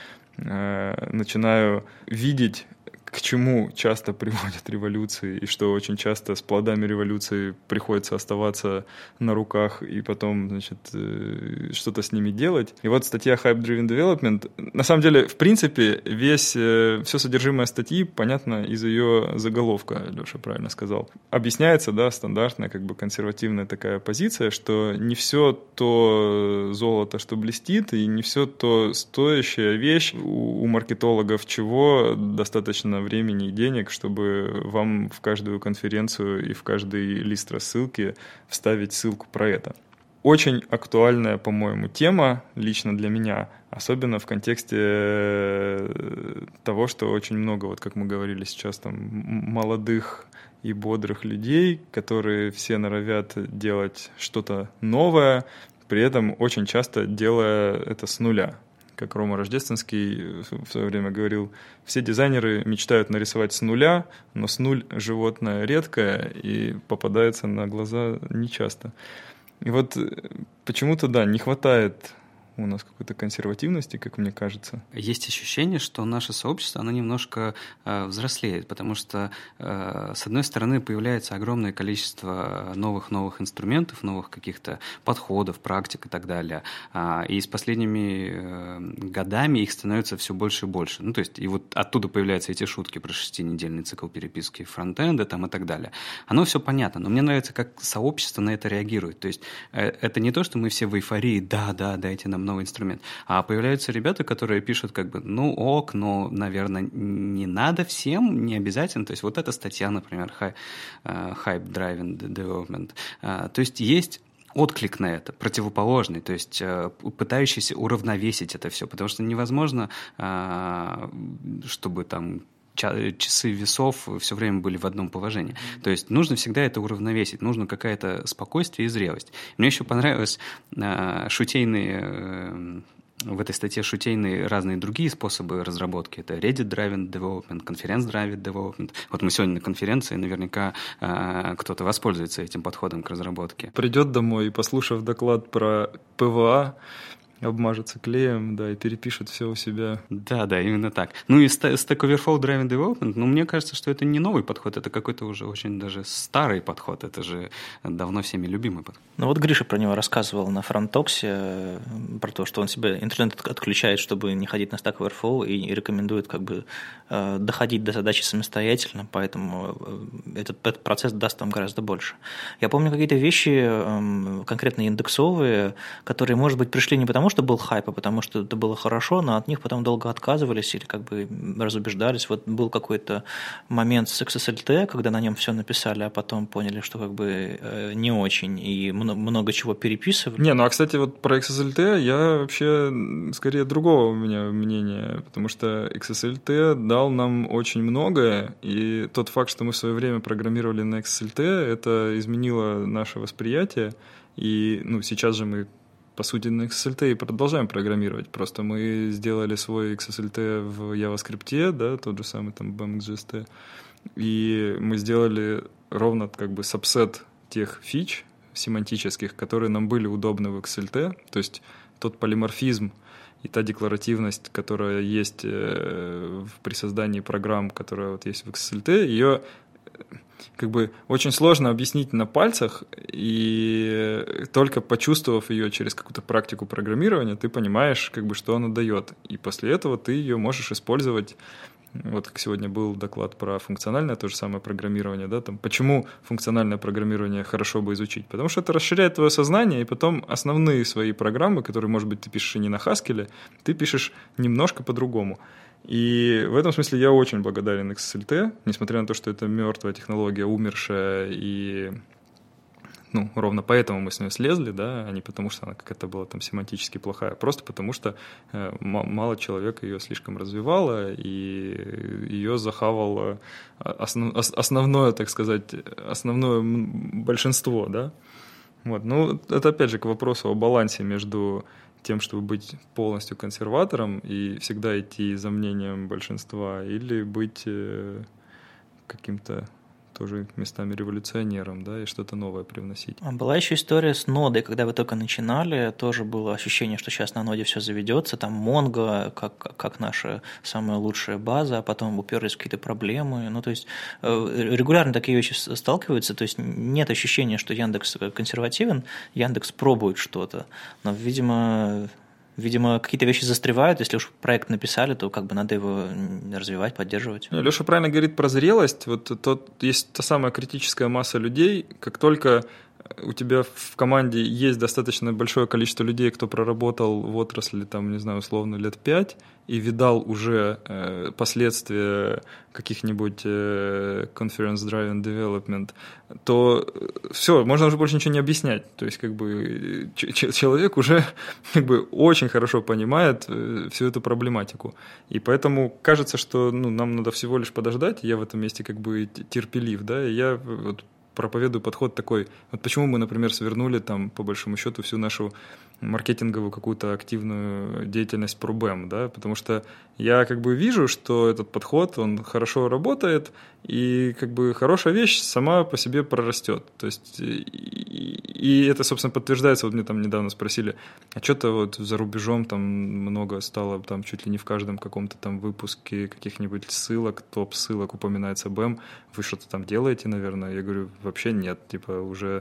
Начинаю видеть, к чему часто приводят революции, и что очень часто с плодами революции приходится оставаться на руках и потом, значит, что-то с ними делать. И вот статья Hype-Driven Development, на самом деле, в принципе, все содержимое статьи понятно из ее заголовка, Леша правильно сказал. Объясняется, да, стандартная, как бы консервативная такая позиция, что не все то золото, что блестит, и не все то стоящая вещь у маркетологов, чего достаточно времени и денег, чтобы вам в каждую конференцию и в каждый лист рассылки вставить ссылку про это. Очень актуальная, по-моему, тема лично для меня, особенно в контексте того, что очень много, вот как мы говорили сейчас, там, молодых и бодрых людей, которые все норовят делать что-то новое, при этом очень часто делая это с нуля. Как Рома Рождественский в свое время говорил, все дизайнеры мечтают нарисовать с нуля, но с нуль животное редкое и попадается на глаза нечасто. И вот почему-то, да, не хватает у нас какой-то консервативности, как мне кажется. Есть ощущение, что наше сообщество, оно немножко взрослеет, потому что, с одной стороны, появляется огромное количество новых инструментов, новых каких-то подходов, практик и так далее. И с последними годами их становится все больше и больше. Ну, то есть, и вот оттуда появляются эти шутки про 6-недельный цикл переписки фронтенда там, и так далее. Оно все понятно, но мне нравится, как сообщество на это реагирует. То есть, это не то, что мы все в эйфории, да, дайте нам новый инструмент. А появляются ребята, которые пишут как бы, но, наверное, не надо всем, не обязательно. То есть вот эта статья, например, Hype-Driven Development. То есть отклик на это, противоположный, то есть пытающийся уравновесить это все, потому что невозможно, чтобы там часы весов все время были в одном положении. То есть нужно всегда это уравновесить, нужно какое-то спокойствие и зрелость. Мне еще понравилось в этой статье шутейные разные другие способы разработки. Это Reddit-Driven Development, Conference-Driven Development. Вот мы сегодня на конференции, наверняка кто-то воспользуется этим подходом к разработке. Придет домой и, послушав доклад про ПВА, обмажется клеем, да, и перепишет все у себя. Да, именно так. Ну и Stack Overflow Driven Development, мне кажется, что это не новый подход, это какой-то уже очень даже старый подход, это же давно всеми любимый подход. Ну вот Гриша про него рассказывал на Фронтоксе, про то, что он себе интернет отключает, чтобы не ходить на Stack Overflow, и рекомендует как бы доходить до задачи самостоятельно, поэтому этот процесс даст вам гораздо больше. Я помню какие-то вещи, конкретно индексовые, которые, может быть, пришли не потому, что был хайп, а потому что это было хорошо, но от них потом долго отказывались или как бы разубеждались. Вот был какой-то момент с XSLT, когда на нем все написали, а потом поняли, что как бы не очень, и много чего переписывали. Кстати, вот про XSLT я вообще скорее другого у меня мнения, потому что XSLT дал нам очень многое, и тот факт, что мы в свое время программировали на XSLT, это изменило наше восприятие, и сейчас же мы по сути, на XSLT и продолжаем программировать. Просто мы сделали свой XSLT в JavaScript, да, тот же самый там BAMXJS, и мы сделали ровно как бы сабсет тех фич семантических, которые нам были удобны в XSLT, то есть тот полиморфизм и та декларативность, которая есть при создании программ, которая вот есть в XSLT, ее как бы очень сложно объяснить на пальцах, и только почувствовав ее через какую-то практику программирования, ты понимаешь, как бы, что она дает. И после этого ты ее можешь использовать. Вот как сегодня был доклад про функциональное то же самое программирование, да, там, почему функциональное программирование хорошо бы изучить? Потому что это расширяет твое сознание, и потом основные свои программы, которые, может быть, ты пишешь и не на Haskell, ты пишешь немножко по-другому. И в этом смысле я очень благодарен XSLT, несмотря на то, что это мертвая технология, умершая и ровно поэтому мы с нее слезли, да, а не потому, что она какая-то была там семантически плохая, просто потому что мало человек ее слишком развивало, и ее захавало основное, так сказать, основное большинство, да. Вот. Ну, это опять же к вопросу о балансе между тем, чтобы быть полностью консерватором и всегда идти за мнением большинства, или быть каким-то тоже местами революционером, да, и что-то новое привносить. Была еще история с нодой, когда вы только начинали, тоже было ощущение, что сейчас на ноде все заведется, там Mongo как наша самая лучшая база, а потом уперлись в какие-то проблемы. Ну, то есть регулярно такие вещи сталкиваются, то есть нет ощущения, что Яндекс консервативен, Яндекс пробует что-то, но, Видимо, какие-то вещи застревают, если уж проект написали, то как бы надо его развивать, поддерживать. Леша правильно говорит про зрелость. Вот есть та самая критическая масса людей, как только у тебя в команде есть достаточно большое количество людей, кто проработал в отрасли, там, не знаю, условно, лет 5, и видал уже последствия каких-нибудь conference driven development, то все, можно уже больше ничего не объяснять. То есть, как бы, человек уже как бы очень хорошо понимает всю эту проблематику. И поэтому кажется, что нам надо всего лишь подождать. Я в этом месте как бы терпелив, да, и я вот проповедую подход такой. Вот почему мы, например, свернули там, по большому счету, всю нашу маркетинговую какую-то активную деятельность про БЭМ, да, потому что я как бы вижу, что этот подход, он хорошо работает, и как бы хорошая вещь сама по себе прорастет. То есть, и это, собственно, подтверждается, вот мне там недавно спросили, а что-то вот за рубежом там много стало, там чуть ли не в каждом каком-то там выпуске каких-нибудь ссылок, топ-ссылок упоминается БЭМ, вы что-то там делаете, наверное? Я говорю, вообще нет, типа уже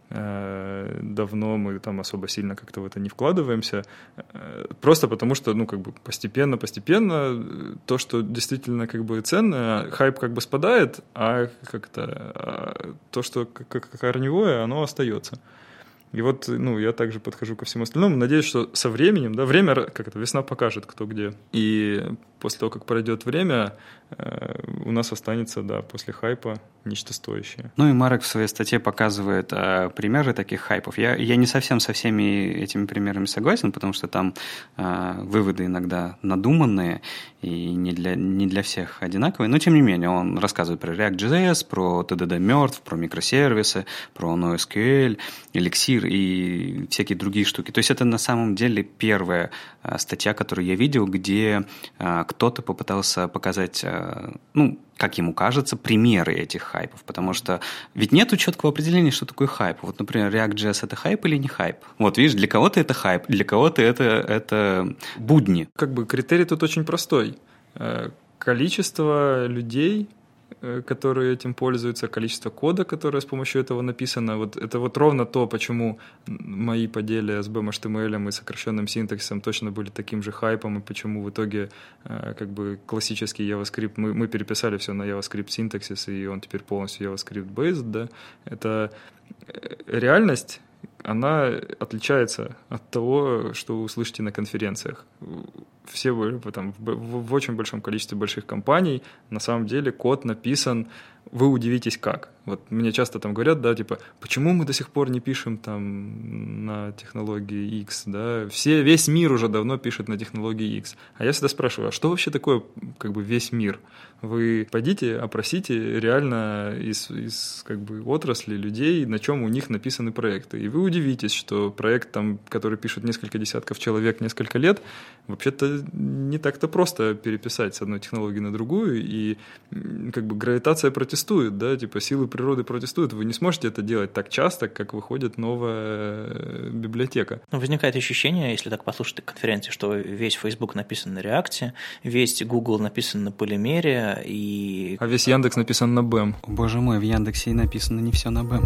давно мы там особо сильно как-то в это не вкладываемся, просто потому что, как бы постепенно то, что действительно как бы ценно, хайп как бы спадает, а как-то то, что как корневое, оно остается. И вот, я также подхожу ко всему остальному. Надеюсь, что со временем, да, время, как это, весна покажет, кто где. И после того, как пройдет время, у нас останется, да, после хайпа нечто стоящее. Ну и Марек в своей статье показывает примеры таких хайпов. Я не совсем со всеми этими примерами согласен, потому что там выводы иногда надуманные и не для всех одинаковые. Но тем не менее, он рассказывает про React.js, про TDD мертв, про микросервисы, про NoSQL, Elixir и всякие другие штуки. То есть это на самом деле первая статья, которую я видел, где кто-то попытался показать, как ему кажется, примеры этих хайпов, потому что ведь нету четкого определения, что такое хайп. Вот, например, React.js — это хайп или не хайп? Вот, видишь, для кого-то это хайп, для кого-то это будни. Как бы критерий тут очень простой. Количество людей, которые этим пользуются, количество кода, которое с помощью этого написано, вот это вот ровно то, почему мои поделия с BEM HTML и сокращенным синтаксисом точно были таким же хайпом, и почему в итоге как бы классический JavaScript, мы переписали все на JavaScript синтаксис, и он теперь полностью JavaScript-based, да, это реальность, она отличается от того, что вы услышите на конференциях. Все там, в очень большом количестве больших компаний на самом деле код написан, вы удивитесь как. Вот мне часто там говорят, да, типа, почему мы до сих пор не пишем там на технологии X, да, весь мир уже давно пишет на технологии X. А я всегда спрашиваю, а что вообще такое как бы весь мир? Вы пойдите, опросите реально из как бы отрасли людей, на чем у них написаны проекты. И вы удивитесь, что проект, там, который пишут несколько десятков человек несколько лет, вообще-то не так-то просто переписать с одной технологии на другую, и как бы гравитация протестует, да, типа силы природы протестуют. Вы не сможете это делать так часто, как выходит новая библиотека. Возникает ощущение, если так послушать конференции, что весь Facebook написан на React, весь Google написан на Полимере, а весь Яндекс написан на BEM. О, боже мой, в Яндексе и написано не все на BEM.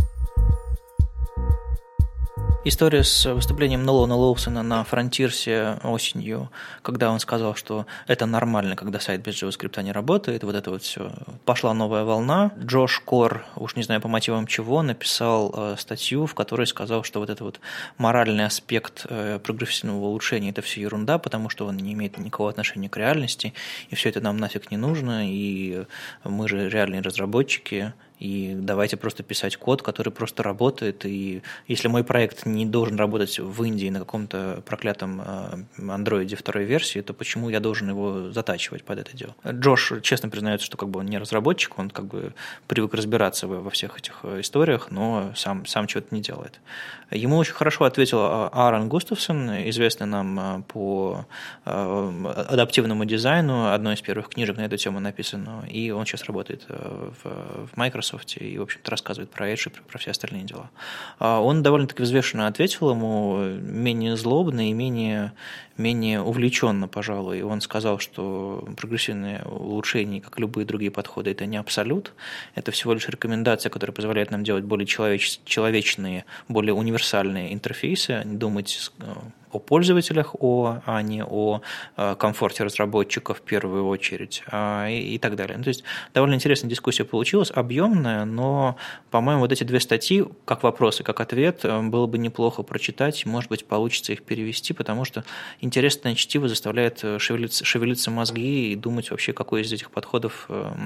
История с выступлением Нолана Лоусона на Фронтирсе осенью, когда он сказал, что это нормально, когда сайт без JavaScript не работает, вот это вот все. Пошла новая волна. Джош Кор, уж не знаю по мотивам чего, написал статью, в которой сказал, что вот этот вот моральный аспект прогрессивного улучшения – это все ерунда, потому что он не имеет никакого отношения к реальности, и все это нам нафиг не нужно, и мы же реальные разработчики, И давайте просто писать код, который просто работает. И если мой проект не должен работать в Индии на каком-то проклятом андроиде второй версии, то почему я должен его затачивать под это дело? Джош честно признается, что как бы он не разработчик, он как бы привык разбираться во всех этих историях, но сам чего-то не делает. Ему очень хорошо ответил Аарон Густавсон, известный нам по адаптивному дизайну, одной из первых книжек на эту тему написано, и он сейчас работает в Microsoft и, в общем-то, рассказывает про Edge и про все остальные дела. Он довольно-таки взвешенно ответил ему, менее злобно и менее увлеченно, пожалуй. Он сказал, что прогрессивные улучшения, как любые другие подходы, это не абсолют, это всего лишь рекомендация, которая позволяет нам делать более человечные, более универсальные интерфейсы, думать о пользователях, а не о комфорте разработчиков в первую очередь и так далее. То есть довольно интересная дискуссия получилась, объемная, но, по-моему, вот эти две статьи, как вопрос и как ответ, было бы неплохо прочитать, может быть, получится их перевести, потому что интересное чтиво заставляет шевелиться мозги и думать вообще, какой из этих подходов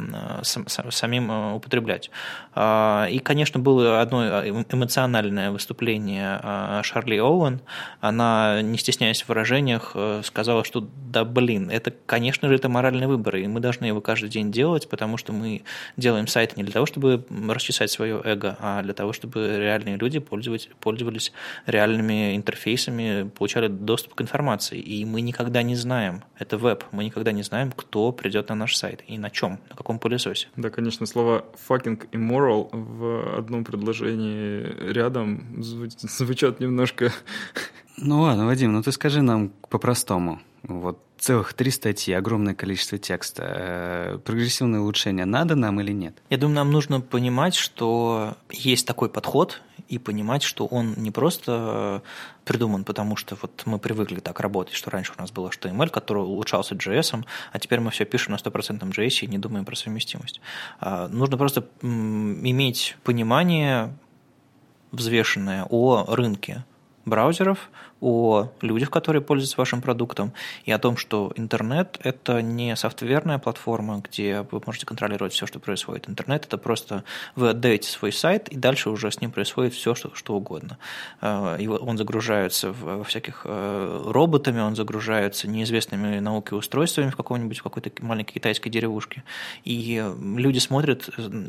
самим употреблять. И, конечно, было одно эмоциональное выступление Шарли Оуэн. Она, не стесняясь в выражениях, сказала, что да блин, это, конечно же, это моральный выбор, и мы должны его каждый день делать, потому что мы делаем сайты не для того, чтобы расчесать свое эго, а для того, чтобы реальные люди пользовались реальными интерфейсами, получали доступ к информации. И мы никогда не знаем, это веб, мы никогда не знаем, кто придет на наш сайт и на чем, на каком пылесосе. Да, конечно, слово fucking immoral в одном предложении рядом звучат немножко... Ну ладно, Вадим, ты скажи нам по-простому. Вот целых 3 статьи, огромное количество текста. Прогрессивное улучшение надо нам или нет? Я думаю, нам нужно понимать, что есть такой подход, и понимать, что он не просто придуман, потому что вот мы привыкли так работать, что раньше у нас был HTML, который улучшался JS, а теперь мы все пишем на 100% JS и не думаем про совместимость. Нужно просто иметь понимание взвешенное о рынке браузеров, о людях, которые пользуются вашим продуктом, и о том, что интернет – это не софтверная платформа, где вы можете контролировать все, что происходит. Интернет – это просто вы отдаете свой сайт, и дальше уже с ним происходит все, что угодно. И он загружается во всяких роботами, он загружается неизвестными науке устройствами в какой-то маленькой китайской деревушке. И люди смотрят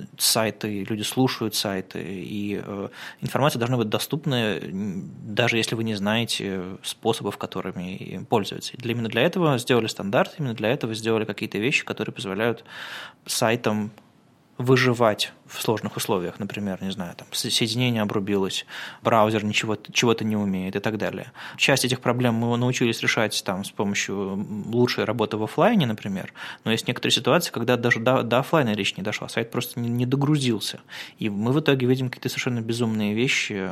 сайты, люди слушают сайты, и информация должна быть доступна, даже если вы не знаете способов, которыми пользуются. Именно для этого сделали стандарт, именно для этого сделали какие-то вещи, которые позволяют сайтам выживать в сложных условиях, например, не знаю, там соединение обрубилось, браузер чего-то не умеет и так далее. Часть этих проблем мы научились решать там, с помощью лучшей работы в офлайне, например, но есть некоторые ситуации, когда даже до офлайна речь не дошла, сайт просто не догрузился. И мы в итоге видим какие-то совершенно безумные вещи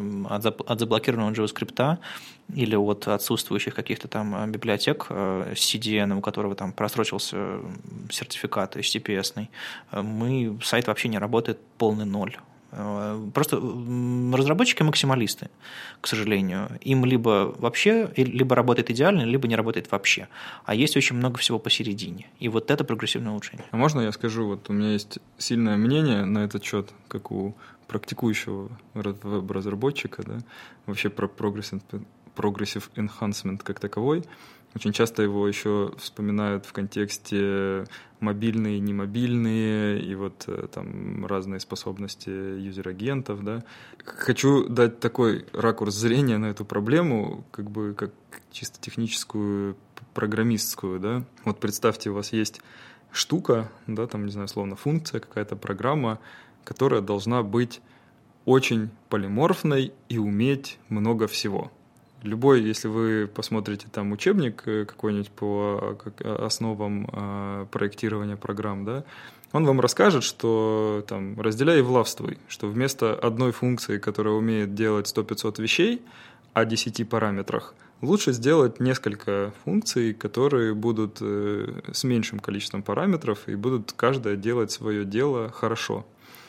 от заблокированного JavaScript или от отсутствующих каких-то там библиотек с CDN, у которого там просрочился сертификат HTTPS-ный. Сайт вообще не работает, полный ноль. Просто разработчики максималисты, к сожалению. Им либо работает идеально, либо не работает вообще. А есть очень много всего посередине. И вот это прогрессивное улучшение. А можно я скажу? Вот у меня есть сильное мнение на этот счет, как у практикующего веб-разработчика, да, вообще про Progressive Enhancement как таковой. Очень часто его еще вспоминают в контексте мобильные, немобильные и вот там разные способности юзер-агентов, да. Хочу дать такой ракурс зрения на эту проблему, как бы как чисто техническую, программистскую, да. Вот представьте, у вас есть штука, да, там, не знаю, словно функция, какая-то программа, которая должна быть очень полиморфной и уметь много всего. Любой, если вы посмотрите там учебник какой-нибудь по основам проектирования программ, да, он вам расскажет, что там разделяй и властвуй, что вместо одной функции, которая умеет делать 100-500 вещей о 10 параметрах, лучше сделать несколько функций, которые будут с меньшим количеством параметров и будут каждая делать свое дело хорошо.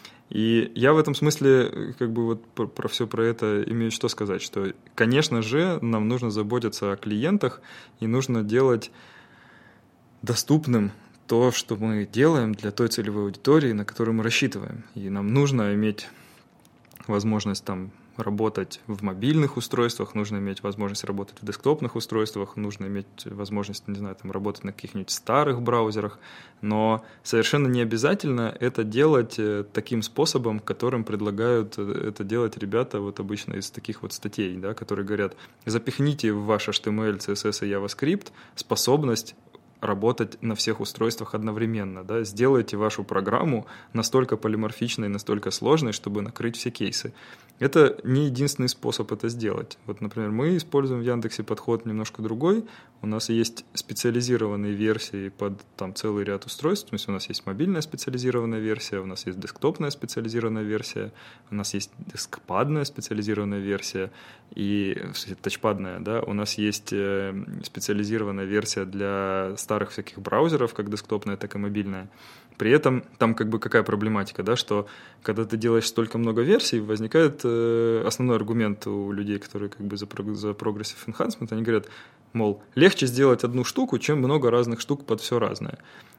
И я в этом смысле как бы вот про все про это имею что сказать, что, конечно же, нам нужно заботиться о клиентах и нужно делать доступным то, что мы делаем для той целевой аудитории, на которую мы рассчитываем. И нам нужно иметь возможность там работать в мобильных устройствах, нужно иметь возможность работать в десктопных устройствах, нужно иметь возможность, не знаю, там, работать на каких-нибудь старых браузерах, но совершенно не обязательно это делать таким способом, которым предлагают это делать ребята вот обычно из таких вот статей, да, которые говорят: запихните в ваш HTML, CSS и JavaScript способность работать на всех устройствах одновременно, да? Сделайте вашу программу настолько полиморфичной, настолько сложной, чтобы накрыть все кейсы. Это не единственный способ это сделать. Вот, например, мы используем в Яндексе подход немножко другой. У нас есть специализированные версии под там целый ряд устройств. То есть у нас есть мобильная специализированная версия, у нас есть десктопная специализированная версия, у нас есть десктопадная специализированная версия и тачпадная, да, у нас есть специализированная версия для старых всяких браузеров, как десктопная, так и мобильная. При этом там как бы какая проблематика, да, что когда ты делаешь столько много версий, возникает основной аргумент у людей, которые как бы за Progressive Enhancement, они говорят, мол, легче сделать одну штуку, чем много разных штук под все разное.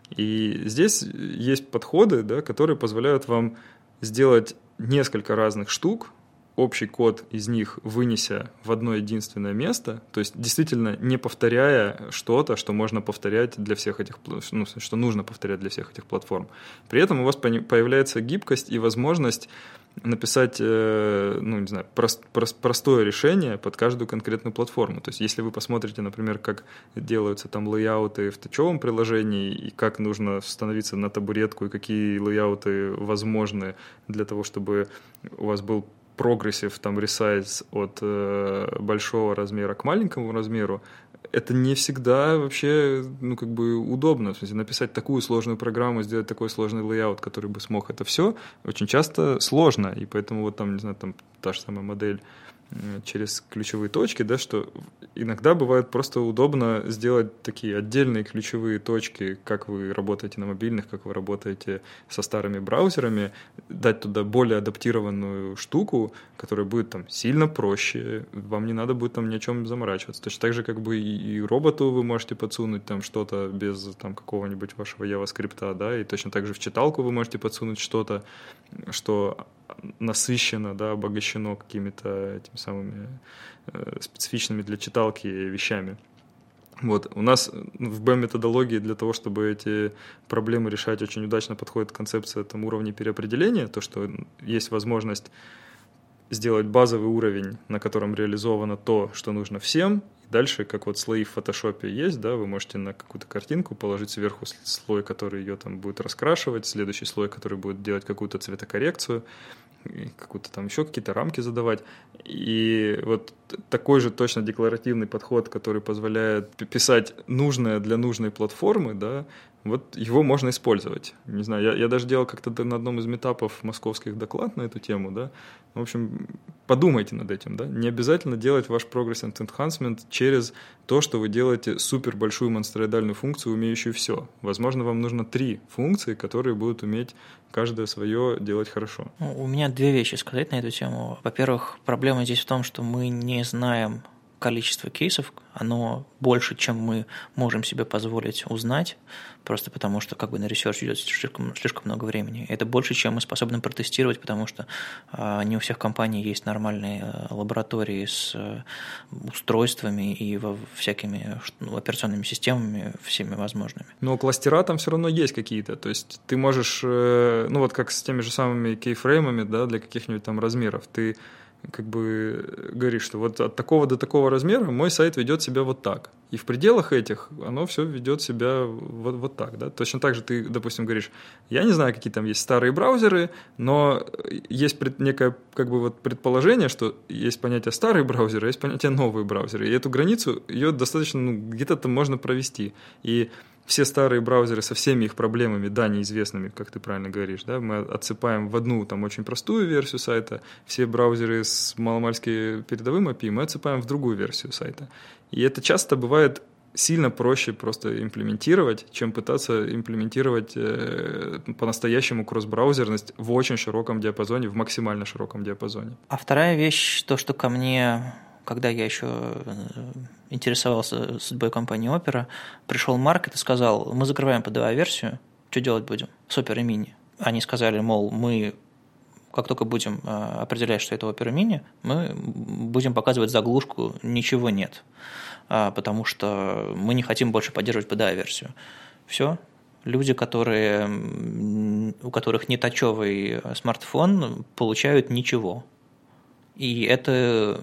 И здесь есть подходы, да, которые позволяют вам сделать несколько разных штук, общий код из них вынеся в одно единственное место, то есть действительно не повторяя что-то, что можно повторять для всех этих, ну, что нужно повторять для всех этих платформ. При этом у вас появляется гибкость и возможность написать, ну, не знаю, простое решение под каждую конкретную платформу. То есть если вы посмотрите, например, как делаются там лейауты в тачевом приложении и как нужно становиться на табуретку и какие лейауты возможны для того, чтобы у вас был прогрессив, там, ресайз от большого размера к маленькому размеру, это не всегда вообще, ну, как бы удобно. В смысле, написать такую сложную программу, сделать такой сложный лейаут, который бы смог это все, очень часто сложно. И поэтому вот там, не знаю, там та же самая модель через ключевые точки, да, что иногда бывает просто удобно сделать такие отдельные ключевые точки, как вы работаете на мобильных, как вы работаете со старыми браузерами, дать туда более адаптированную штуку, которая будет там сильно проще, вам не надо будет там ни о чем заморачиваться. Точно так же, как бы и роботу вы можете подсунуть там что-то без там какого-нибудь вашего JavaScript, да, и точно так же в читалку вы можете подсунуть что-то, что насыщено, да, обогащено какими-то этими самыми специфичными для читалки вещами. Вот. У нас в BEM-методологии для того, чтобы эти проблемы решать, очень удачно подходит концепция там, уровней переопределения, то, что есть возможность сделать базовый уровень, на котором реализовано то, что нужно всем. Дальше, как вот слои в фотошопе есть, да, вы можете на какую-то картинку положить сверху слой, который ее там будет раскрашивать, следующий слой, который будет делать какую-то цветокоррекцию, какую-то там еще какие-то рамки задавать. И вот такой же точно декларативный подход, который позволяет писать нужное для нужной платформы, да, вот его можно использовать. Не знаю, я даже делал как-то на одном из митапов московских доклад на эту тему, да. В общем, подумайте над этим, да. Не обязательно делать ваш Progress and Enhancement через то, что вы делаете супер большую монстроидальную функцию, умеющую все. Возможно, вам нужно 3 функции, которые будут уметь каждое свое делать хорошо. У меня 2 вещи сказать на эту тему. Во-первых, проблема здесь в том, что мы не знаем количество кейсов, оно больше, чем мы можем себе позволить узнать, просто потому что как бы на ресерч идет слишком много времени. Это больше, чем мы способны протестировать, потому что не у всех компаний есть нормальные лаборатории с устройствами и всякими операционными системами, всеми возможными. Но кластера там все равно есть какие-то, то есть ты можешь, ну вот как с теми же самыми кейфреймами, да, для каких-нибудь там размеров, ты как бы говоришь, что вот от такого до такого размера мой сайт ведет себя вот так. И в пределах этих оно все ведет себя вот так. Да? Точно так же ты, допустим, говоришь, я не знаю, какие там есть старые браузеры, но есть некое как бы вот предположение, что есть понятие старые браузеры, есть понятие новые браузеры. И эту границу, ее достаточно, где-то там можно провести. И все старые браузеры со всеми их проблемами, да, неизвестными, как ты правильно говоришь, да, мы отсыпаем в одну там очень простую версию сайта, все браузеры с маломальски передовым API мы отсыпаем в другую версию сайта. И это часто бывает сильно проще просто имплементировать, чем пытаться имплементировать по-настоящему кросс-браузерность в очень широком диапазоне, в максимально широком диапазоне. А вторая вещь, то, что ко мне когда я еще интересовался судьбой компании Opera, пришел Маркет и сказал: мы закрываем ПДА-версию, что делать будем с Opera Mini? Они сказали, мол, мы как только будем определять, что это Opera Mini, мы будем показывать заглушку «ничего нет», потому что мы не хотим больше поддерживать PDA-версию. Все. Люди, у которых не тачевый смартфон, получают ничего. И это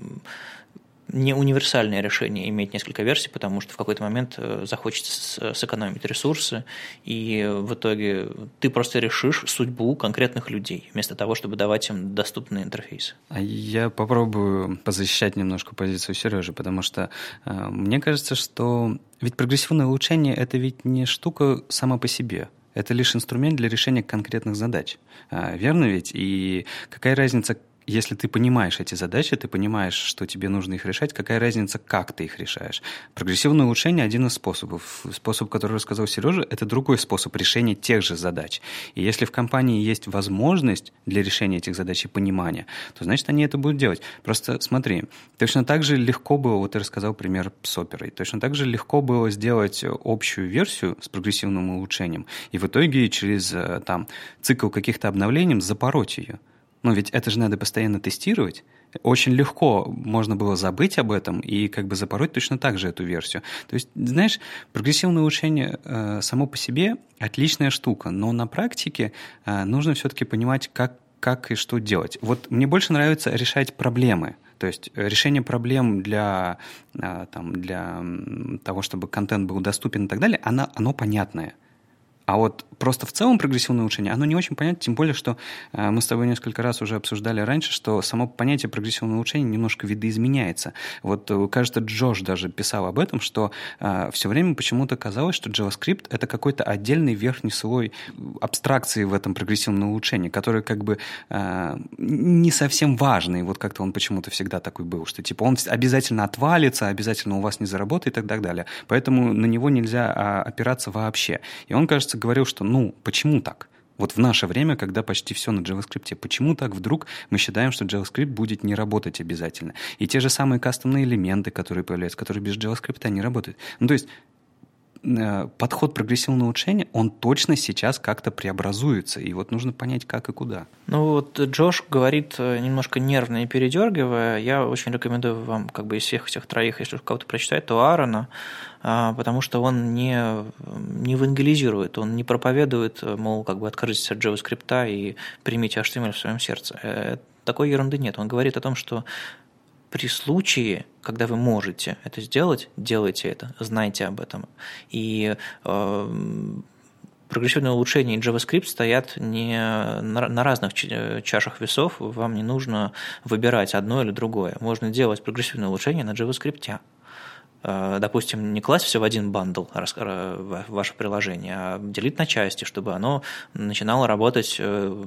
не универсальное решение иметь несколько версий, потому что в какой-то момент захочется сэкономить ресурсы, и в итоге ты просто решишь судьбу конкретных людей, вместо того, чтобы давать им доступные интерфейсы. А я попробую позащищать немножко позицию Сережи, потому что мне кажется, что ведь прогрессивное улучшение – это ведь не штука сама по себе. Это лишь инструмент для решения конкретных задач. Верно ведь? И какая разница, если ты понимаешь эти задачи, ты понимаешь, что тебе нужно их решать, какая разница, как ты их решаешь. Прогрессивное улучшение – один из способов. Способ, который рассказал Сережа, это другой способ решения тех же задач. И если в компании есть возможность для решения этих задач и понимания, то значит, они это будут делать. Просто смотри, точно так же легко было, вот ты рассказал пример с оперой, точно так же легко было сделать общую версию с прогрессивным улучшением и в итоге через цикл каких-то обновлений запороть ее. Но ведь это же надо постоянно тестировать. Очень легко можно было забыть об этом и как бы запороть точно так же эту версию. То есть, знаешь, прогрессивное улучшение само по себе отличная штука, но на практике нужно все-таки понимать, как и что делать. Вот мне больше нравится решать проблемы. То есть решение проблем для того, чтобы контент был доступен и так далее, оно понятное. А вот просто в целом прогрессивное улучшение, оно не очень понятно, тем более, что мы с тобой несколько раз уже обсуждали раньше, что само понятие прогрессивного улучшения немножко видоизменяется. Вот, кажется, Джош даже писал об этом, что все время почему-то казалось, что JavaScript — это какой-то отдельный верхний слой абстракции в этом прогрессивном улучшении, который как бы не совсем важный. Вот как-то он почему-то всегда такой был, что типа он обязательно отвалится, обязательно у вас не заработает и так далее. Поэтому на него нельзя опираться вообще. И он, кажется, говорил, что почему так? Вот в наше время, когда почти все на JavaScript, почему так вдруг мы считаем, что JavaScript будет не работать обязательно? И те же самые кастомные элементы, которые появляются, которые без JavaScript не работают. То есть подход прогрессивного улучшения, он точно сейчас как-то преобразуется, и вот нужно понять, как и куда. Вот Джош говорит немножко нервно и передергивая. Я очень рекомендую вам, как бы из всех этих троих, если кого-то прочитать, то Аарона, потому что он не евангелизирует, он не проповедует, мол, как бы откажитесь от JavaScript и примите HTML в своем сердце. Такой ерунды нет. Он говорит о том, что при случае, когда вы можете это сделать, делайте это, знайте об этом. И прогрессивное улучшение и JavaScript стоят не на разных чашах весов, вам не нужно выбирать одно или другое. Можно делать прогрессивное улучшение на JavaScript. Допустим, не класть все в один бандл в ваше приложение, а делить на части, чтобы оно начинало работать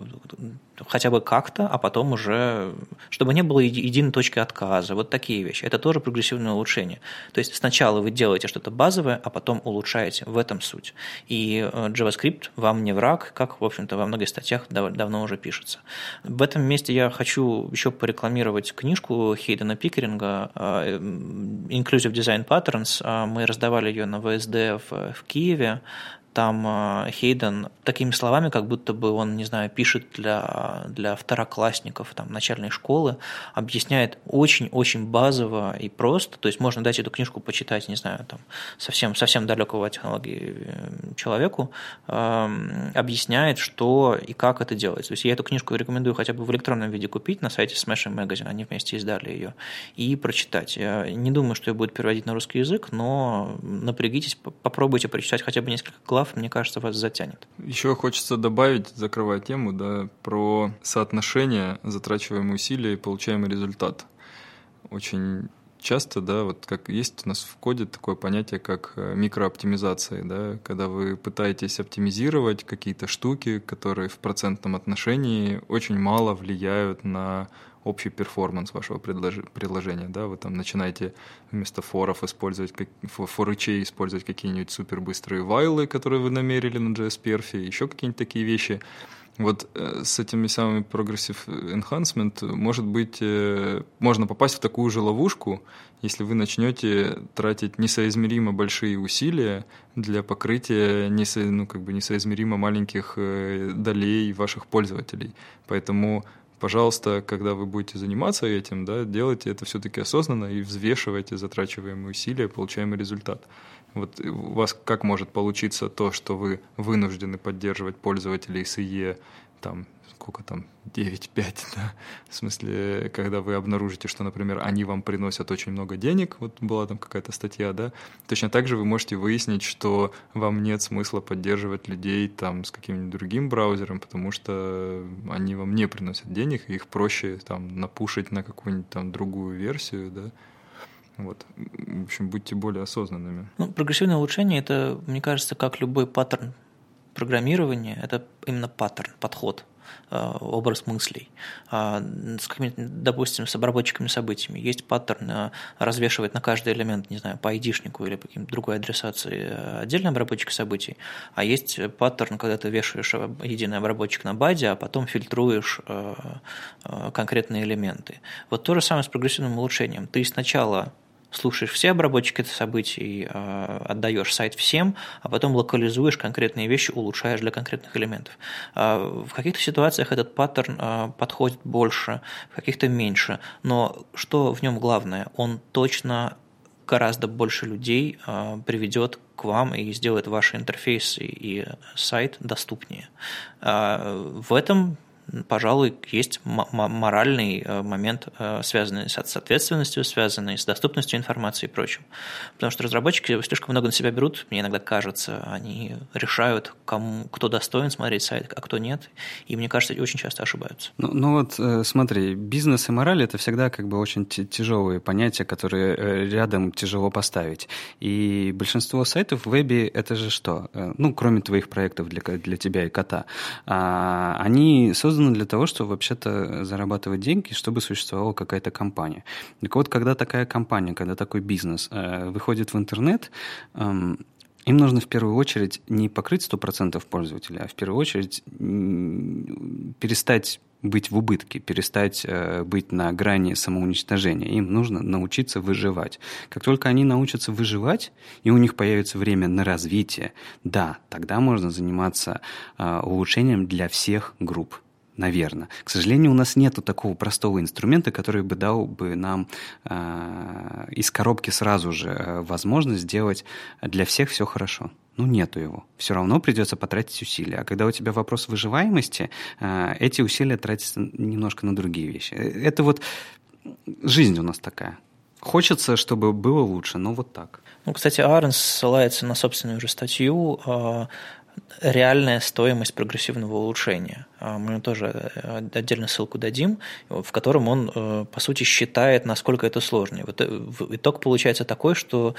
хотя бы как-то, а потом уже, чтобы не было единой точки отказа. Вот такие вещи. Это тоже прогрессивное улучшение. То есть сначала вы делаете что-то базовое, а потом улучшаете. В этом суть. И JavaScript вам не враг, как, в общем-то, во многих статьях давно уже пишется. В этом месте я хочу еще порекламировать книжку Хейдена Пикеринга «Inclusive Design Patterns». Мы раздавали ее на ВСД в Киеве. Там Хейден такими словами, как будто бы он, не знаю, пишет для второклассников начальной школы, объясняет очень-очень базово и просто. То есть можно дать эту книжку почитать, не знаю, совсем далекого от технологии человеку, объясняет, что и как это делается. То есть я эту книжку рекомендую хотя бы в электронном виде купить на сайте Smashing Magazine, они вместе издали ее, и прочитать. Я не думаю, что ее будет переводить на русский язык, но напрягитесь, попробуйте прочитать хотя бы несколько глав, мне кажется, вас затянет. Еще хочется добавить, закрывая тему, про соотношение затрачиваемых усилий и получаемый результат. Очень часто, вот как есть у нас в коде такое понятие, как микрооптимизация, когда вы пытаетесь оптимизировать какие-то штуки, которые в процентном отношении очень мало влияют на общий перформанс вашего приложения. Вы там начинаете вместо форов использовать, форычей использовать какие-нибудь супербыстрые вайлы, которые вы намерили на JS-перфе, еще какие-нибудь такие вещи. Вот с этими самыми Progressive Enhancement, может быть, можно попасть в такую же ловушку, если вы начнете тратить несоизмеримо большие усилия для покрытия несоизмеримо маленьких долей ваших пользователей. Поэтому, пожалуйста, когда вы будете заниматься этим, да, делайте это все-таки осознанно и взвешивайте затрачиваемые усилия, получаемый результат. Вот у вас как может получиться то, что вы вынуждены поддерживать пользователей с IE, там, сколько там, 9.5, да? В смысле, когда вы обнаружите, что, например, они вам приносят очень много денег, вот была там какая-то статья, да, точно так же вы можете выяснить, что вам нет смысла поддерживать людей там с каким-нибудь другим браузером, потому что они вам не приносят денег, и их проще там напушить на какую-нибудь там другую версию, да. Вот. В общем, будьте более осознанными. Прогрессивное улучшение – это, мне кажется, как любой паттерн программирования, это именно паттерн, подход, образ мыслей. С какими-то, допустим, с обработчиками событиями есть паттерн развешивать на каждый элемент, не знаю, по ID-шнику или по каким-то другой адресации отдельный обработчик событий, а есть паттерн, когда ты вешаешь единый обработчик на базе, а потом фильтруешь конкретные элементы. Вот то же самое с прогрессивным улучшением. Ты сначала слушаешь все обработчики событий, отдаешь сайт всем, а потом локализуешь конкретные вещи, улучшаешь для конкретных элементов. В каких-то ситуациях этот паттерн подходит больше, в каких-то меньше, но что в нем главное? Он точно гораздо больше людей приведет к вам и сделает ваши интерфейсы и сайт доступнее. В этом, пожалуй, есть моральный момент, связанный с ответственностью, связанный с доступностью информации и прочим. Потому что разработчики слишком много на себя берут, мне иногда кажется, они решают, кто достоин смотреть сайт, а кто нет, и, мне кажется, очень часто ошибаются. Ну вот смотри, бизнес и мораль – это всегда как бы очень тяжелые понятия, которые рядом тяжело поставить. И большинство сайтов в вебе – это же что? Ну, кроме твоих проектов для тебя и кота, они созданы для того, чтобы вообще-то зарабатывать деньги, чтобы существовала какая-то компания. Так вот, когда такая компания, когда такой бизнес выходит в интернет, им нужно в первую очередь не покрыть 100% пользователей, а в первую очередь перестать быть в убытке, перестать быть на грани самоуничтожения. Им нужно научиться выживать. Как только они научатся выживать, и у них появится время на развитие, да, тогда можно заниматься улучшением для всех групп. Наверное. К сожалению, у нас нету такого простого инструмента, который бы дал бы нам из коробки сразу же возможность сделать для всех все хорошо. Ну, нету его. Все равно придется потратить усилия. А когда у тебя вопрос выживаемости, эти усилия тратятся немножко на другие вещи. Это вот жизнь у нас такая. Хочется, чтобы было лучше, но вот так. Ну, кстати, Аарон ссылается на собственную же статью «Реальная стоимость прогрессивного улучшения». Мы тоже отдельно ссылку дадим, в котором он, по сути, считает, насколько это сложно. Вот итог получается такой, что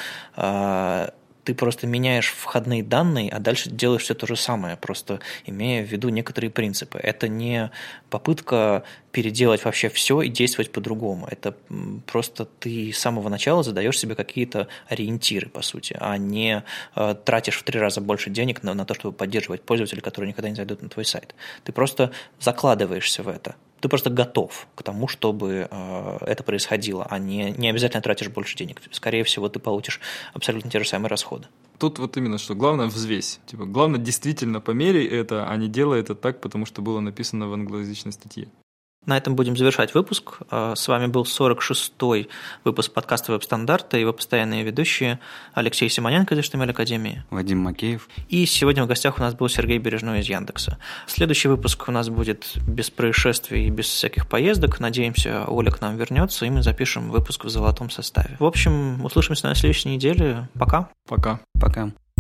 ты просто меняешь входные данные, а дальше делаешь все то же самое, просто имея в виду некоторые принципы. Это не попытка переделать вообще все и действовать по-другому. Это просто ты с самого начала задаешь себе какие-то ориентиры, по сути, а не тратишь в 3 раза больше денег на то, чтобы поддерживать пользователей, которые никогда не зайдут на твой сайт. Ты просто закладываешься в это. Ты просто готов к тому, чтобы это происходило, а не обязательно тратишь больше денег. Скорее всего, ты получишь абсолютно те же самые расходы. Тут вот именно что. Главное взвесь. Главное действительно померяй это, а не делай это так, потому что было написано в англоязычной статье. На этом будем завершать выпуск. С вами был 46-й выпуск подкаста «Веб-стандарты» и его постоянные ведущие Алексей Симоненко из HTML Академии, Вадим Макеев. И сегодня в гостях у нас был Сергей Бережной из Яндекса. Следующий выпуск у нас будет без происшествий и без всяких поездок. Надеемся, Оля к нам вернется, и мы запишем выпуск в золотом составе. В общем, услышимся на следующей неделе. Пока. Пока. Пока.